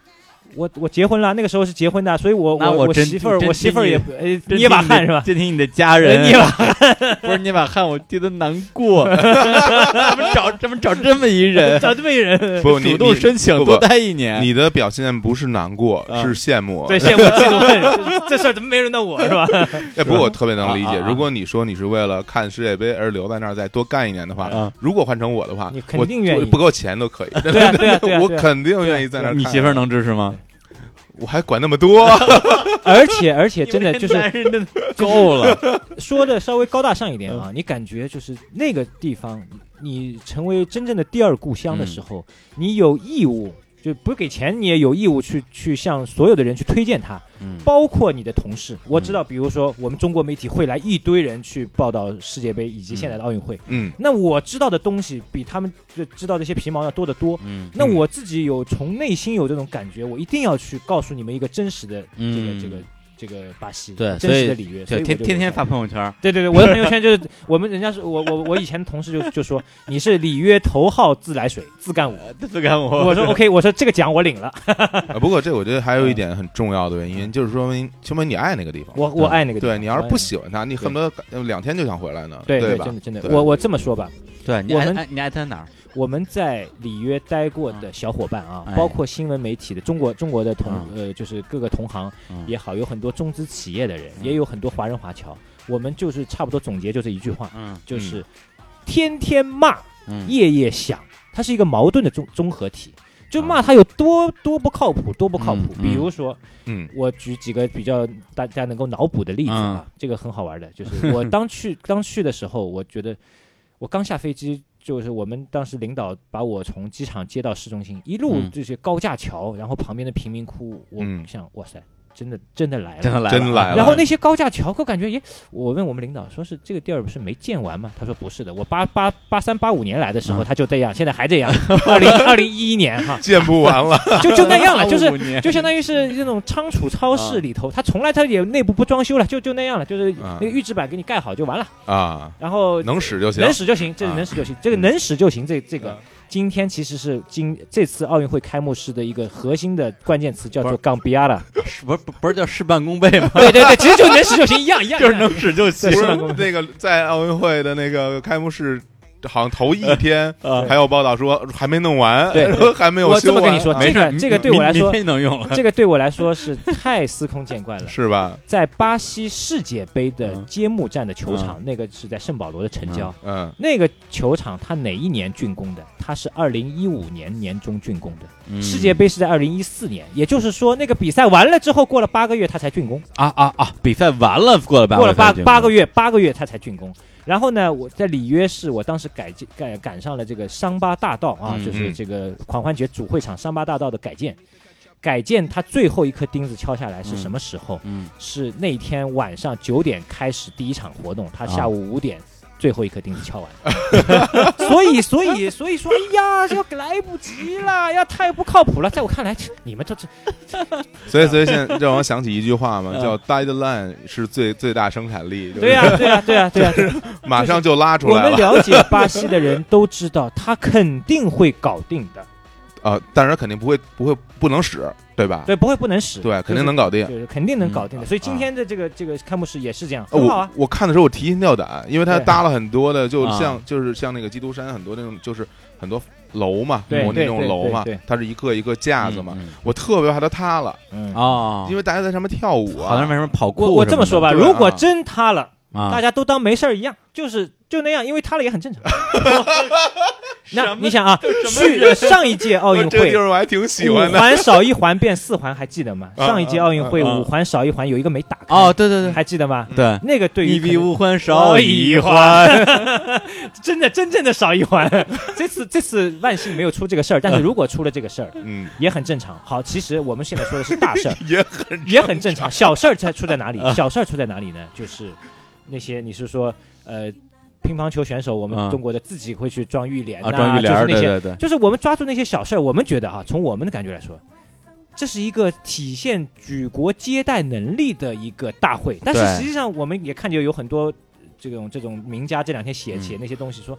我结婚了，那个时候是结婚的，所以我媳妇儿也捏把汗是吧？ 真听你的家人捏把汗， 不是捏把汗，我觉得难过。怎么找这么一人？ 找这么一人， 不， 主动申请多待1年。 你的表现不是难过，是羡慕。 对，羡慕嫉妒恨，这事儿怎么没轮到我是吧？ 不过我特别能理解，如果你说你是为了看世界杯而留在那儿再多干1年的话，如果换成我的话， 你肯定愿意， 不给我钱都可以。 对， 我肯定愿意在那儿。 你媳妇儿能支持吗？ 我还管那么多， 而且真的就是够了。 说的稍微高大上一点啊，你感觉就是那个地方，你成为真正的第二故乡的时候，你有义务。就不给钱，你也有义务去向所有的人去推荐它，包括你的同事。我知道，比如说我们中国媒体会来一堆人去报道世界杯以及现在的奥运会，那我知道的东西比他们知道这些皮毛要多得多。那我自己有从内心有这种感觉，我一定要去告诉你们一个真实的这个巴西， 对， 真实的里约， 所以天天发朋友圈。 对，我的朋友圈就是人家是我以前的同事就说你是里约头号自来水自干我。我说 OK， 我说这个奖我领了。 不过这我觉得还有一点很重要的原因，就是说明你爱那个地方。 我爱那个地方。 对，你要是不喜欢它，你恨不得2天就想回来呢。 对吧？ 真的。我这么说吧， 对，你爱它哪儿？ 我们在里约待过的小伙伴啊，包括新闻媒体的中国的就是各个同行也好，有很多中资企业的人，也有很多华人华侨。我们就是差不多总结就这一句话，就是天天骂，夜夜想，它是一个矛盾的综合体。就骂它有多不靠谱，多不靠谱。比如说，我举几个比较大家能够脑补的例子啊，这个很好玩的，就是我刚去的时候，我觉得我刚下飞机。就是我们当时领导把我从机场接到市中心，一路这些高架桥，然后旁边的贫民窟，我想，哇塞，真的来了。然后那些高架桥，我感觉，我问我们领导说是这个地儿不是没建完吗？他说不是的，我83、85年来的时候他就这样，现在还这样。2011年哈， 建不完了， 就那样了，就相当于是那种仓储超市里头，他也内部不装修了，就那样了，就是那个预制板给你盖好就完了啊。然后能使就行， 这是能使就行，这个能使就行，这个。今天其实是这次奥运会开幕式的一个核心的关键词，叫做冈比亚了， 不是叫事半功倍吗？ 对，其实就能使就行一样， 就是能使就行。 那个在奥运会的那个开幕式。好像头1天还有报道说还没弄完， 对， 还没有修完。 我这么跟你说，这个对我来说能用了。 这个对我来说是太司空见惯了， 是吧？ 在巴西世界杯的揭幕战的球场，那个是在圣保罗的城郊，那个球场它哪一年竣工的？它是2015年年中竣工的，世界杯是在2014年，也就是说那个比赛完了之后，过了8个月它才竣工。 比赛完了过了 8个月它才竣工。然后呢，我在里约市，我当时赶上了这个桑巴大道啊，就是这个狂欢节主会场桑巴大道的改建，它最后一颗钉子敲下来是什么时候？是那天晚上9点开始第一场活动，它下午5点。最后一颗钉子敲完，所以说，哎呀，这来不及了呀，太不靠谱了。在我看来，你们这， 所以现在让我想起一句话嘛，叫 "deadline 是最大生产力。 对呀， 马上就拉出来了。 我们了解巴西的人都知道，他肯定会搞定的。 但是肯定不能使。对吧？ 对，不能使。 对，肯定能搞定。 对，肯定能搞定的。所以今天的这个开幕式也是这样，很好啊。 我看的时候我提心吊胆，因为他搭了很多的，就是像那个基督山很多那种，就是很多楼嘛，那种楼嘛，它是一个一个架子嘛。我特别怕它塌了因为大家在上面跳舞啊， 好像为什么跑酷。 我这么说吧，如果真塌了，大家都当没事一样，就那样，因为塌了也很正常。那你想啊，上一届奥运会， 这地方我还挺喜欢的。 5环少1环变4环，还记得吗？上一届奥运会5环少1环有一个没打开。 对， 还记得吗？ 对， 那个对于你比5环少1环， 真正的少1环。这次万幸没有出这个事儿，但是如果出了这个事儿，也很正常。好，其实我们现在说的是大事儿，也很正常。小事儿出在哪里？小事儿出在哪里呢？就是那些你是说乒乓球选手，我们中国的自己会去装浴帘装浴帘， 就是那些， 对， 就是我们抓住那些小事儿，我们觉得从我们的感觉来说，这是一个体现举国接待能力的一个大会。但是实际上，我们也看见有很多这种名家这2天写那些东西说，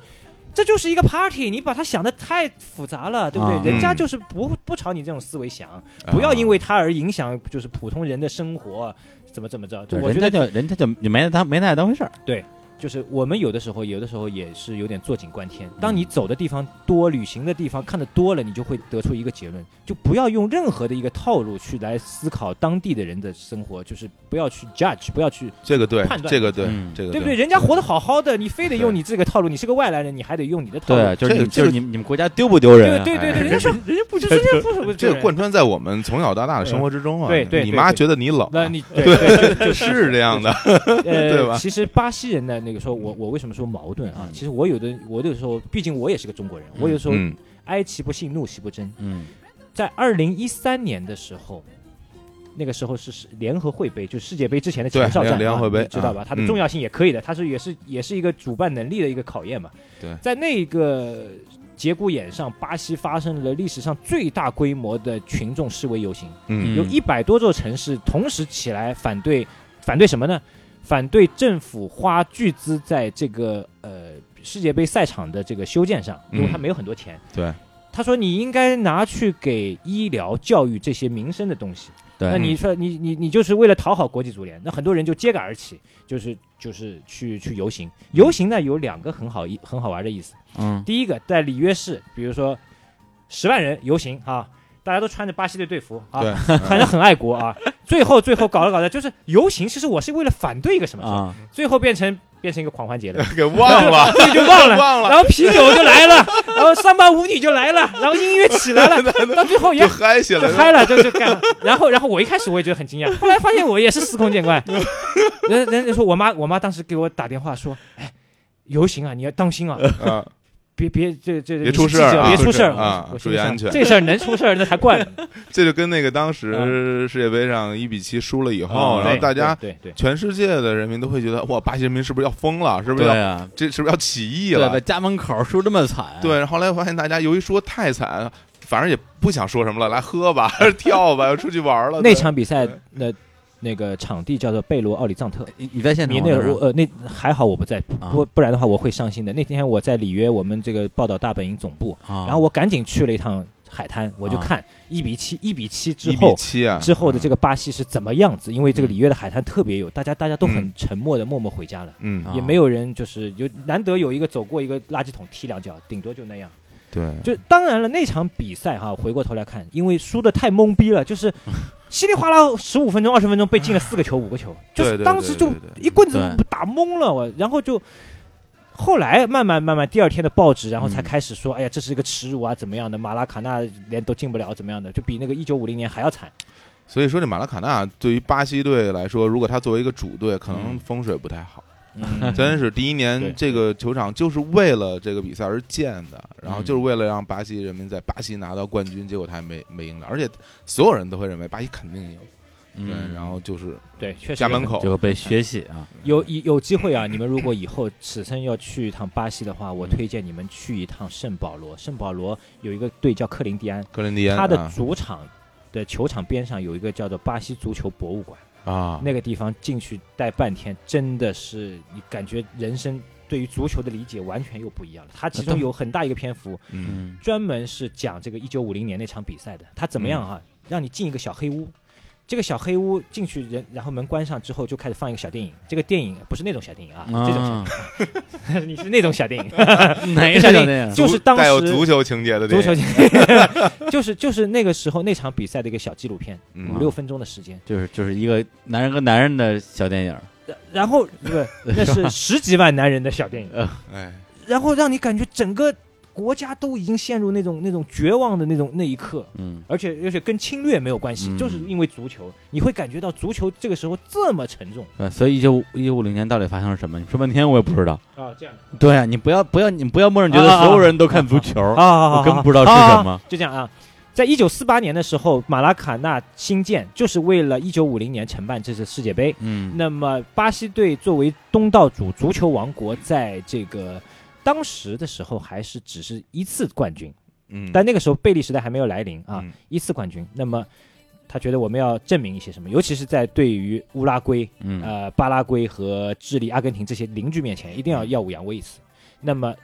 这就是一个 party， 你把它想的太复杂了，对不对？人家就是不朝你这种思维想，不要因为它而影响就是普通人的生活，怎么着？我觉得人家就没拿当回事儿。 对。就是我们有的时候也是有点坐井观天。当你走的地方多，旅行的地方看得多了，你就会得出一个结论，就不要用任何的一个套路去来思考当地的人的生活，就是不要去 judge， 不要去这个对判断， 这个对，这个对不对？人家活得好好的，你非得用你这个套路，你是个外来人，你还得用你的套路。 对，就是你们国家丢不丢人？ 对，人家说人家不这个贯穿在我们从小到大的生活之中啊。 对， 你妈觉得你冷， 那你对就是这样的，对吧？ 其实巴西人的那个时候，我为什么说矛盾啊？其实我有的时候，毕竟我也是个中国人，我有的时候哀其不幸，怒其不争。在2013年的时候，那个时候是联合会杯，就是世界杯之前的前哨战， 联合会杯， 你知道吧？它的重要性也可以的，它是也是一个主办能力的一个考验嘛。 对， 在那个节骨眼上，巴西发生了历史上最大规模的群众示威游行，有100多座城市同时起来反对什么呢？反对政府花巨资在这个世界杯赛场的这个修建上，因为他没有很多钱。 对， 他说你应该拿去给医疗、教育这些民生的东西。 对， 那你说你就是为了讨好国际足联，那很多人就揭竿而起，就是去游行。游行呢有2个很好玩的意思。第一个在里约市，比如说10万人游行啊。大家都穿着巴西队队服啊，反正很爱国啊。最后搞着就是游行，其实我是为了反对一个什么事，最后变成一个狂欢节了， 给忘了， 对，就忘了。然后啤酒就来了，然后桑巴舞女就来了，然后音乐起来了，到最后也嗨起来了， 就嗨了，就干了。然后我一开始我也觉得很惊讶，后来发现我也是司空见惯。人家说我妈当时给我打电话说，哎，游行啊，你要当心啊。别别出事儿， 别出事儿啊！注意安全。 这事儿能出事儿那才怪呢。 这就跟那个当时世界杯上1-7输了以后，然后大家全世界的人民都会觉得，哇，巴西人民是不是要疯了？是不是要这是不是要起义了？ 在家门口输这么惨。 对，后来发现大家由于说太惨，反而也不想说什么了，来喝吧，跳吧，要出去玩了。 那场比赛那个场地叫做贝罗奥里藏特， 你在现场？ 那还好我不在，不然的话我会伤心的。那天我在里约我们这个报道大本营总部，然后我赶紧去了一趟海滩，我就看1-7之后的这个巴西是怎么样子，因为这个里约的海滩特别有，大家都很沉默的默默回家了，也没有人就是难得有一个走过一个垃圾桶踢2脚，顶多就那样。 对， 就当然了，那场比赛回过头来看，因为输的太懵逼了，就是稀里哗啦15分钟、20分钟被进了4个球、5个球，就是当时就一棍子打懵了，然后就后来慢慢第2天的报纸，然后才开始说，哎呀，这是一个耻辱啊，怎么样的？马拉卡纳连都进不了，怎么样的？就比那个1950年还要惨。 所以说，这马拉卡纳对于巴西队来说，如果他作为一个主队，可能风水不太好。真是第1年这个球场就是为了这个比赛而建的，然后就是为了让巴西人民在巴西拿到冠军，结果他还没赢的，而且所有人都会认为巴西肯定赢。对，然后就是对，确实家门口就被血洗啊。 有机会啊，你们如果以后此生要去一趟巴西的话，我推荐你们去一趟圣保罗。圣保罗有一个队叫克林蒂安，他的主场的球场边上有一个叫做巴西足球博物馆。那个地方进去待半天，真的是你感觉人生对于足球的理解完全又不一样了。它其中有很大一个篇幅，专门是讲这个1950年那场比赛的。它怎么样啊？让你进一个小黑屋，这个小黑屋进去然后门关上之后就开始放一个小电影。这个电影不是那种小电影啊，这种小电影你是那种小电影， 哪个小电影？ 就是当时带有足球情节的电影， 足球情节，就是那个时候那场比赛的一个小纪录片，5-6分钟的时间， 就是一个男人跟男人的小电影， 然后那是10几万男人的小电影，然后让你感觉整个国家都已经陷入那种绝望的那一刻，而且跟侵略没有关系，就是因为足球，你会感觉到足球这个时候这么沉重。 所以1950年到底发生了什么？你说半天我也不知道啊。这样对啊，你不要默认觉得所有人都看足球我根本不知道是什么。 就这样啊。在1948年的时候，马拉卡纳兴建就是为了1950年承办这次世界杯。那么巴西队作为东道主足球王国，在这个当时的时候还是只是1次冠军，但那个时候贝利时代还没有来临啊，1次冠军。那么他觉得我们要证明一些什么，尤其是在对于乌拉圭、巴拉圭和智利、阿根廷这些邻居面前，一定要耀武扬威一次。那么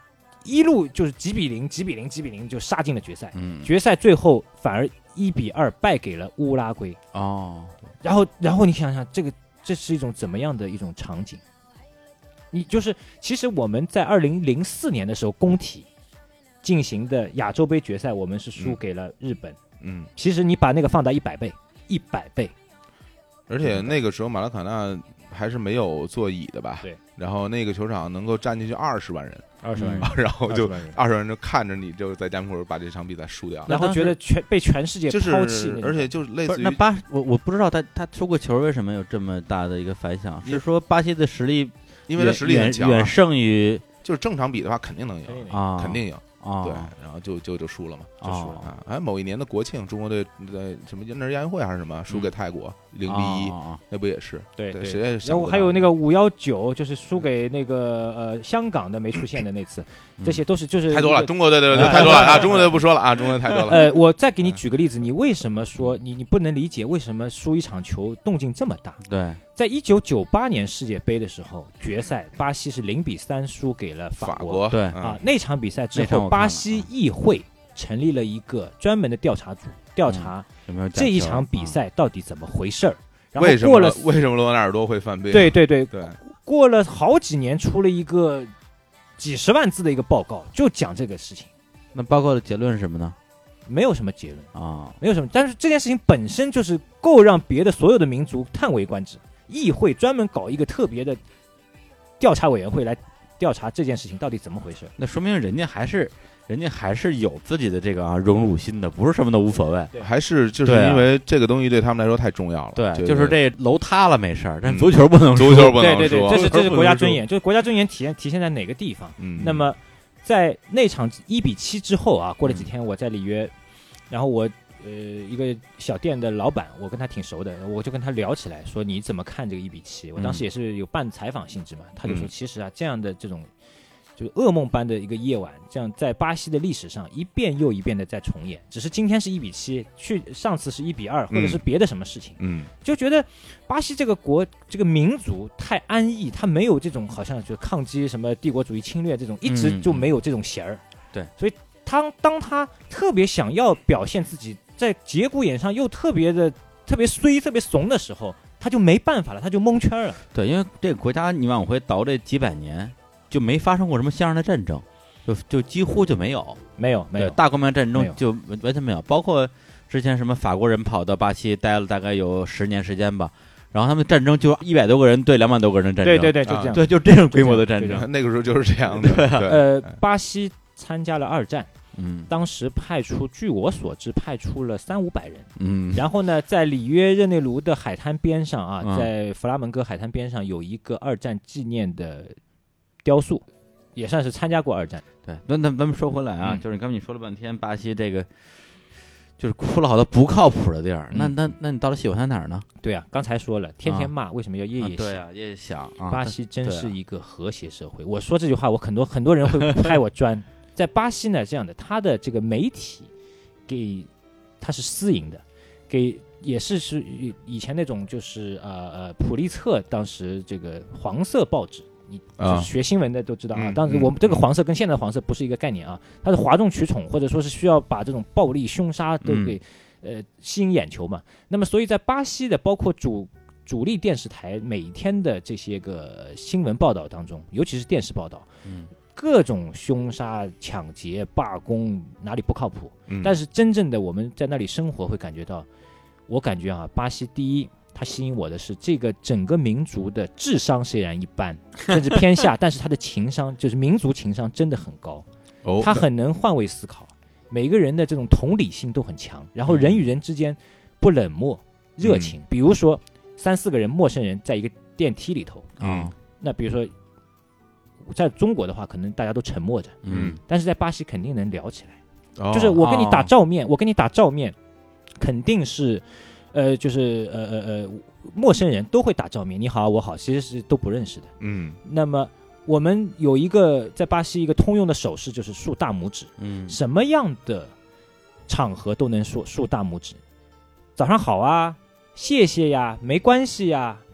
一路就是几比零就杀进了决赛。决赛最后反而1-2败给了乌拉圭。然后你想想，这是一种怎么样的一种场景？你就是其实我们在2004年的时候工体进行的亚洲杯决赛，我们是输给了日本。其实你把那个放大100倍，100倍。 而且那个时候马拉卡纳还是没有座椅的吧？ 对。 然后那个球场能够站进去20万人， 然后就20万人就看着你就在家门口把这场比赛输掉， 然后觉得被全世界抛弃， 而且就是类似于我不知道他出过球为什么有这么大的一个反响？是说巴西的实力， 因为他实力很强， 远胜于， 就是正常比的话肯定能赢啊，肯定赢。对，然后就输了嘛，就输了啊！哎，某一年的国庆，中国队在什么那是亚运会还是什么，输给泰国0-1，那不也是？对，谁也然后还有那个519，就是输给那个香港的没出现的那次，这些都是就是太多了，中国队太多了啊！中国队不说了啊，中国队太多了。 我再给你举个例子，你为什么说你不能理解为什么输一场球动静这么大？ 对。 在1998年世界杯的时候，决赛巴西是0-3输给了法国。 对啊，那场比赛之后，巴西议会成立了一个专门的调查组，调查这一场比赛到底怎么回事儿。然后过了为什么罗纳尔多会犯病？ 对，过了好几年，出了一个几十万字的一个报告，就讲这个事情。 那报告的结论是什么呢？ 没有什么结论啊，没有什么。但是这件事情本身就是够让别的所有的民族叹为观止。议会专门搞一个特别的调查委员会来调查这件事情到底怎么回事。 那说明人家还是有自己的这个荣辱心的，不是什么都无所谓， 还是就是因为这个东西对他们来说太重要了。 对，就是这楼塌了没事儿，但足球不能输， 足球不能输。对，这是国家尊严，就是国家尊严体现在哪个地方？那么在那场1-7之后啊，过了几天我在里约，然后我。一个小店的老板，我跟他挺熟的，我就跟他聊起来，说你怎么看这个1-7？我当时也是有半采访性质嘛，他就说，其实啊，这样的这种就是噩梦般的一个夜晚，这样在巴西的历史上一遍又一遍的在重演。只是今天是1-7，上次是1-2，或者是别的什么事情，就觉得巴西这个这个民族太安逸，他没有这种好像就抗击什么帝国主义侵略这种，一直就没有这种弦儿。 对， 所以当他特别想要表现自己。在节骨眼上又特别衰特别怂的时候，他就没办法了，他就蒙圈了。 对，因为这个国家你往回倒这几百年就没发生过什么像样的战争，就几乎就没有大规模战争就完全没有。包括之前什么法国人跑到巴西待了大概有10年时间吧，然后他们战争就100多个人对200多个人的战争， 对，就这样， 对，就这种规模的战争， 那个时候就是这样的。 巴西参加了2战。当时据我所知派出了300-500人。然后呢，在里约热内卢的海滩边上啊，在弗拉门戈海滩边上有一个2战纪念的雕塑，也算是参加过2战。 对，那咱们说回来啊，就是刚才你说了半天巴西这个，就是出了好多不靠谱的地儿。那你到底喜欢他哪儿呢？ 对啊，刚才说了，天天骂，为什么要夜夜想？ 对啊，夜夜想。 巴西真是一个和谐社会。我说这句话，我很多人会拍我砖。在巴西呢，这样的，他的这个媒体他是私营的，也是以前那种就是普利策当时这个黄色报纸，你就是学新闻的都知道啊。当时我们这个黄色跟现在的黄色不是一个概念啊，它是哗众取宠，或者说是需要把这种暴力凶杀都给吸引眼球嘛。那么所以在巴西的包括主力电视台每天的这些个新闻报道当中，尤其是电视报道，各种凶杀、抢劫、罢工，哪里不靠谱？但是真正的我们在那里生活，会感觉到，我感觉啊，巴西第一，它吸引我的是这个整个民族的智商虽然一般，甚至偏下，但是它的情商，就是民族情商真的很高。它很能换位思考，每个人的这种同理心都很强，然后人与人之间不冷漠、热情。比如说3-4个人陌生人在一个电梯里头，那比如说。在中国的话，可能大家都沉默着，但是在巴西肯定能聊起来。就是我跟你打照面，肯定是，陌生人都会打照面，你好我好，其实是都不认识的。那么我们有一个在巴西一个通用的手势，就是竖大拇指。什么样的场合都能竖大拇指，早上好啊，谢谢呀，没关系呀。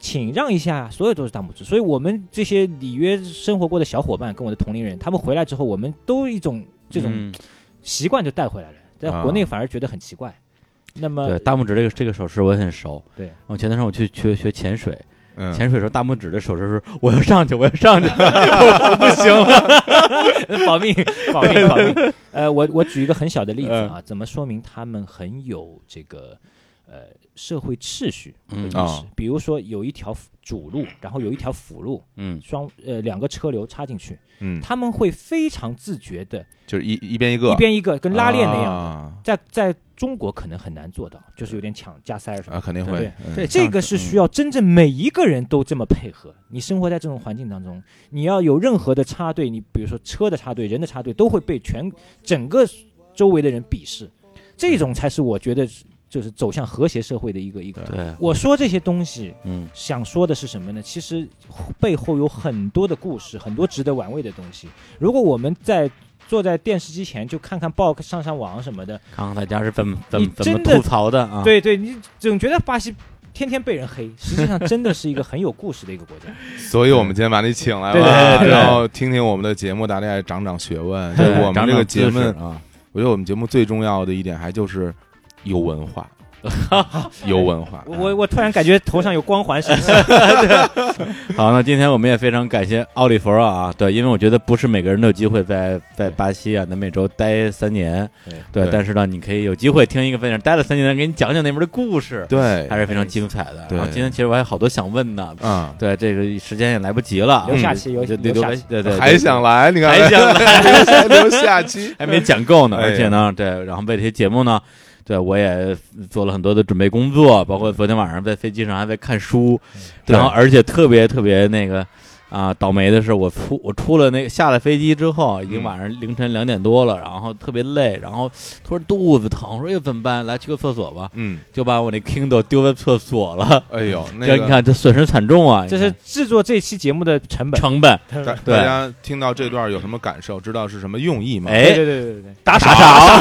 请让一下，所有都是大拇指。所以我们这些里约生活过的小伙伴，跟我的同龄人，他们回来之后，我们都一种这种习惯就带回来了，在国内反而觉得很奇怪。那么对大拇指这个手势我也很熟。 对， 我前段时间我去学潜水。潜水的时候，大拇指的手势是我要上去，我不行了， 保命。我举一个很小的例子啊，怎么说明他们很有这个社会秩序的意识？比如说有一条主路，然后有一条辅路，两个车流插进去，他们会非常自觉的， 就是一边一个， 跟拉链那样的，在中国可能很难做到，就是有点抢加塞什么肯定会。 对，这个是需要真正每一个人都这么配合。你生活在这种环境当中，你要有任何的插队，你比如说车的插队、人的插队，都会被整个周围的人鄙视。这种才是我觉得就是走向和谐社会的一个。 对， 我说这些东西，想说的是什么呢？其实背后有很多的故事，很多值得玩味的东西。如果我们坐在电视机前就看看报、上网什么的， 看看大家是怎么吐槽的啊？ 对，你总觉得巴西天天被人黑，实际上真的是一个很有故事的一个国家。 所以我们今天把你请来了， 对，然后听听我们的节目，大家也长学问。对，我们这个节目啊， 我觉得我们节目最重要的一点还就是有文化。有文化， 我突然感觉头上有光环，是不是？ 好，那今天我们也非常感谢奥利弗啊，对，因为我觉得不是每个人都有机会在巴西啊、南美洲待3年，对，但是呢，你可以有机会听一个分享，待了3年的人给你讲讲那边的故事， 对， 还是非常精彩的。 对， 然后今天其实我还有好多想问呢，对，这个时间也来不及了， 留下期， 对， 还想来，你看， 还想来， 留下期， 还没讲够呢，而且呢，对，然后为这些节目呢。对，我也做了很多的准备工作，包括昨天晚上在飞机上还在看书，然后而且特别那个倒霉的是我出了下了飞机之后，已经晚上凌晨2点多了，然后特别累，然后突然肚子疼，说怎么办？来去个厕所吧，就把我那 Kindle 丢在厕所了。 哎呦， 你看这损失惨重啊！ 这是制作这期节目的成本。 大家听到这段有什么感受？知道是什么用意吗？ 哎，对， 打赏。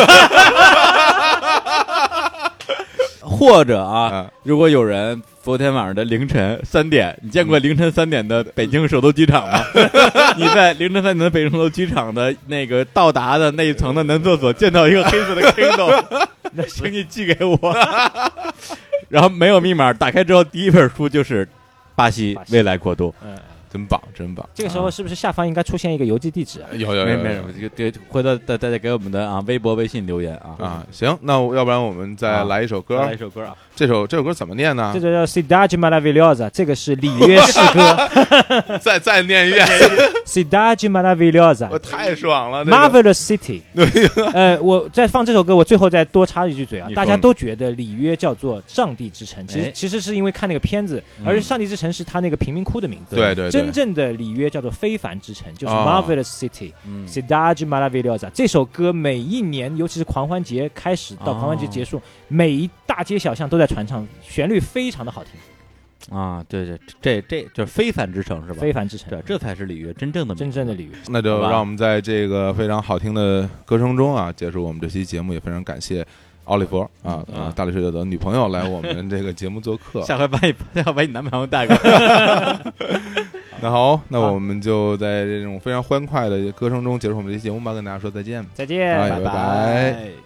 或者如果有人昨天晚上的凌晨3点，你见过凌晨3点的北京首都机场吗？你在凌晨3点的北京首都机场的那个到达的那一层的男厕所见到一个黑色的 Kindle， 那请你寄给我。然后没有密码，打开之后第一本书就是《巴西未来国度》。 真棒！ 这个时候是不是下方应该出现一个邮寄地址啊？ 有， 没，回头大家给我们的微博、微信留言行，那要不然我们再来一首歌，这首歌怎么念呢？ 这首叫 Cidade Maravilhosa， 这个是里约诗歌。 再念一遍 Cidade Maravilhosa， 我太爽了 ，Marvelous City。我在放这首歌，我最后再多插一句嘴啊，大家都觉得里约叫做上帝之城，其实是因为看那个片子，而上帝之城是他那个贫民窟的名字。 对， 真正的里约叫做非凡之城，就是 Marvelous City。Cidade Maravilhosa 这首歌每一年，尤其是狂欢节开始到狂欢节结束，每一大街小巷都在传唱，旋律非常的好听。 对，这就是非凡之城是吧？ 非凡之城， 对，这才是里约真正的里约。 那就让我们在这个非常好听的歌声中结束我们这期节目，也非常感谢奥利弗大力水手的女朋友来我们这个节目做客。 下回把你男朋友带过来。 那好，那我们就在这种非常欢快的歌声中结束我们这期节目吧，跟大家说再见， 拜拜。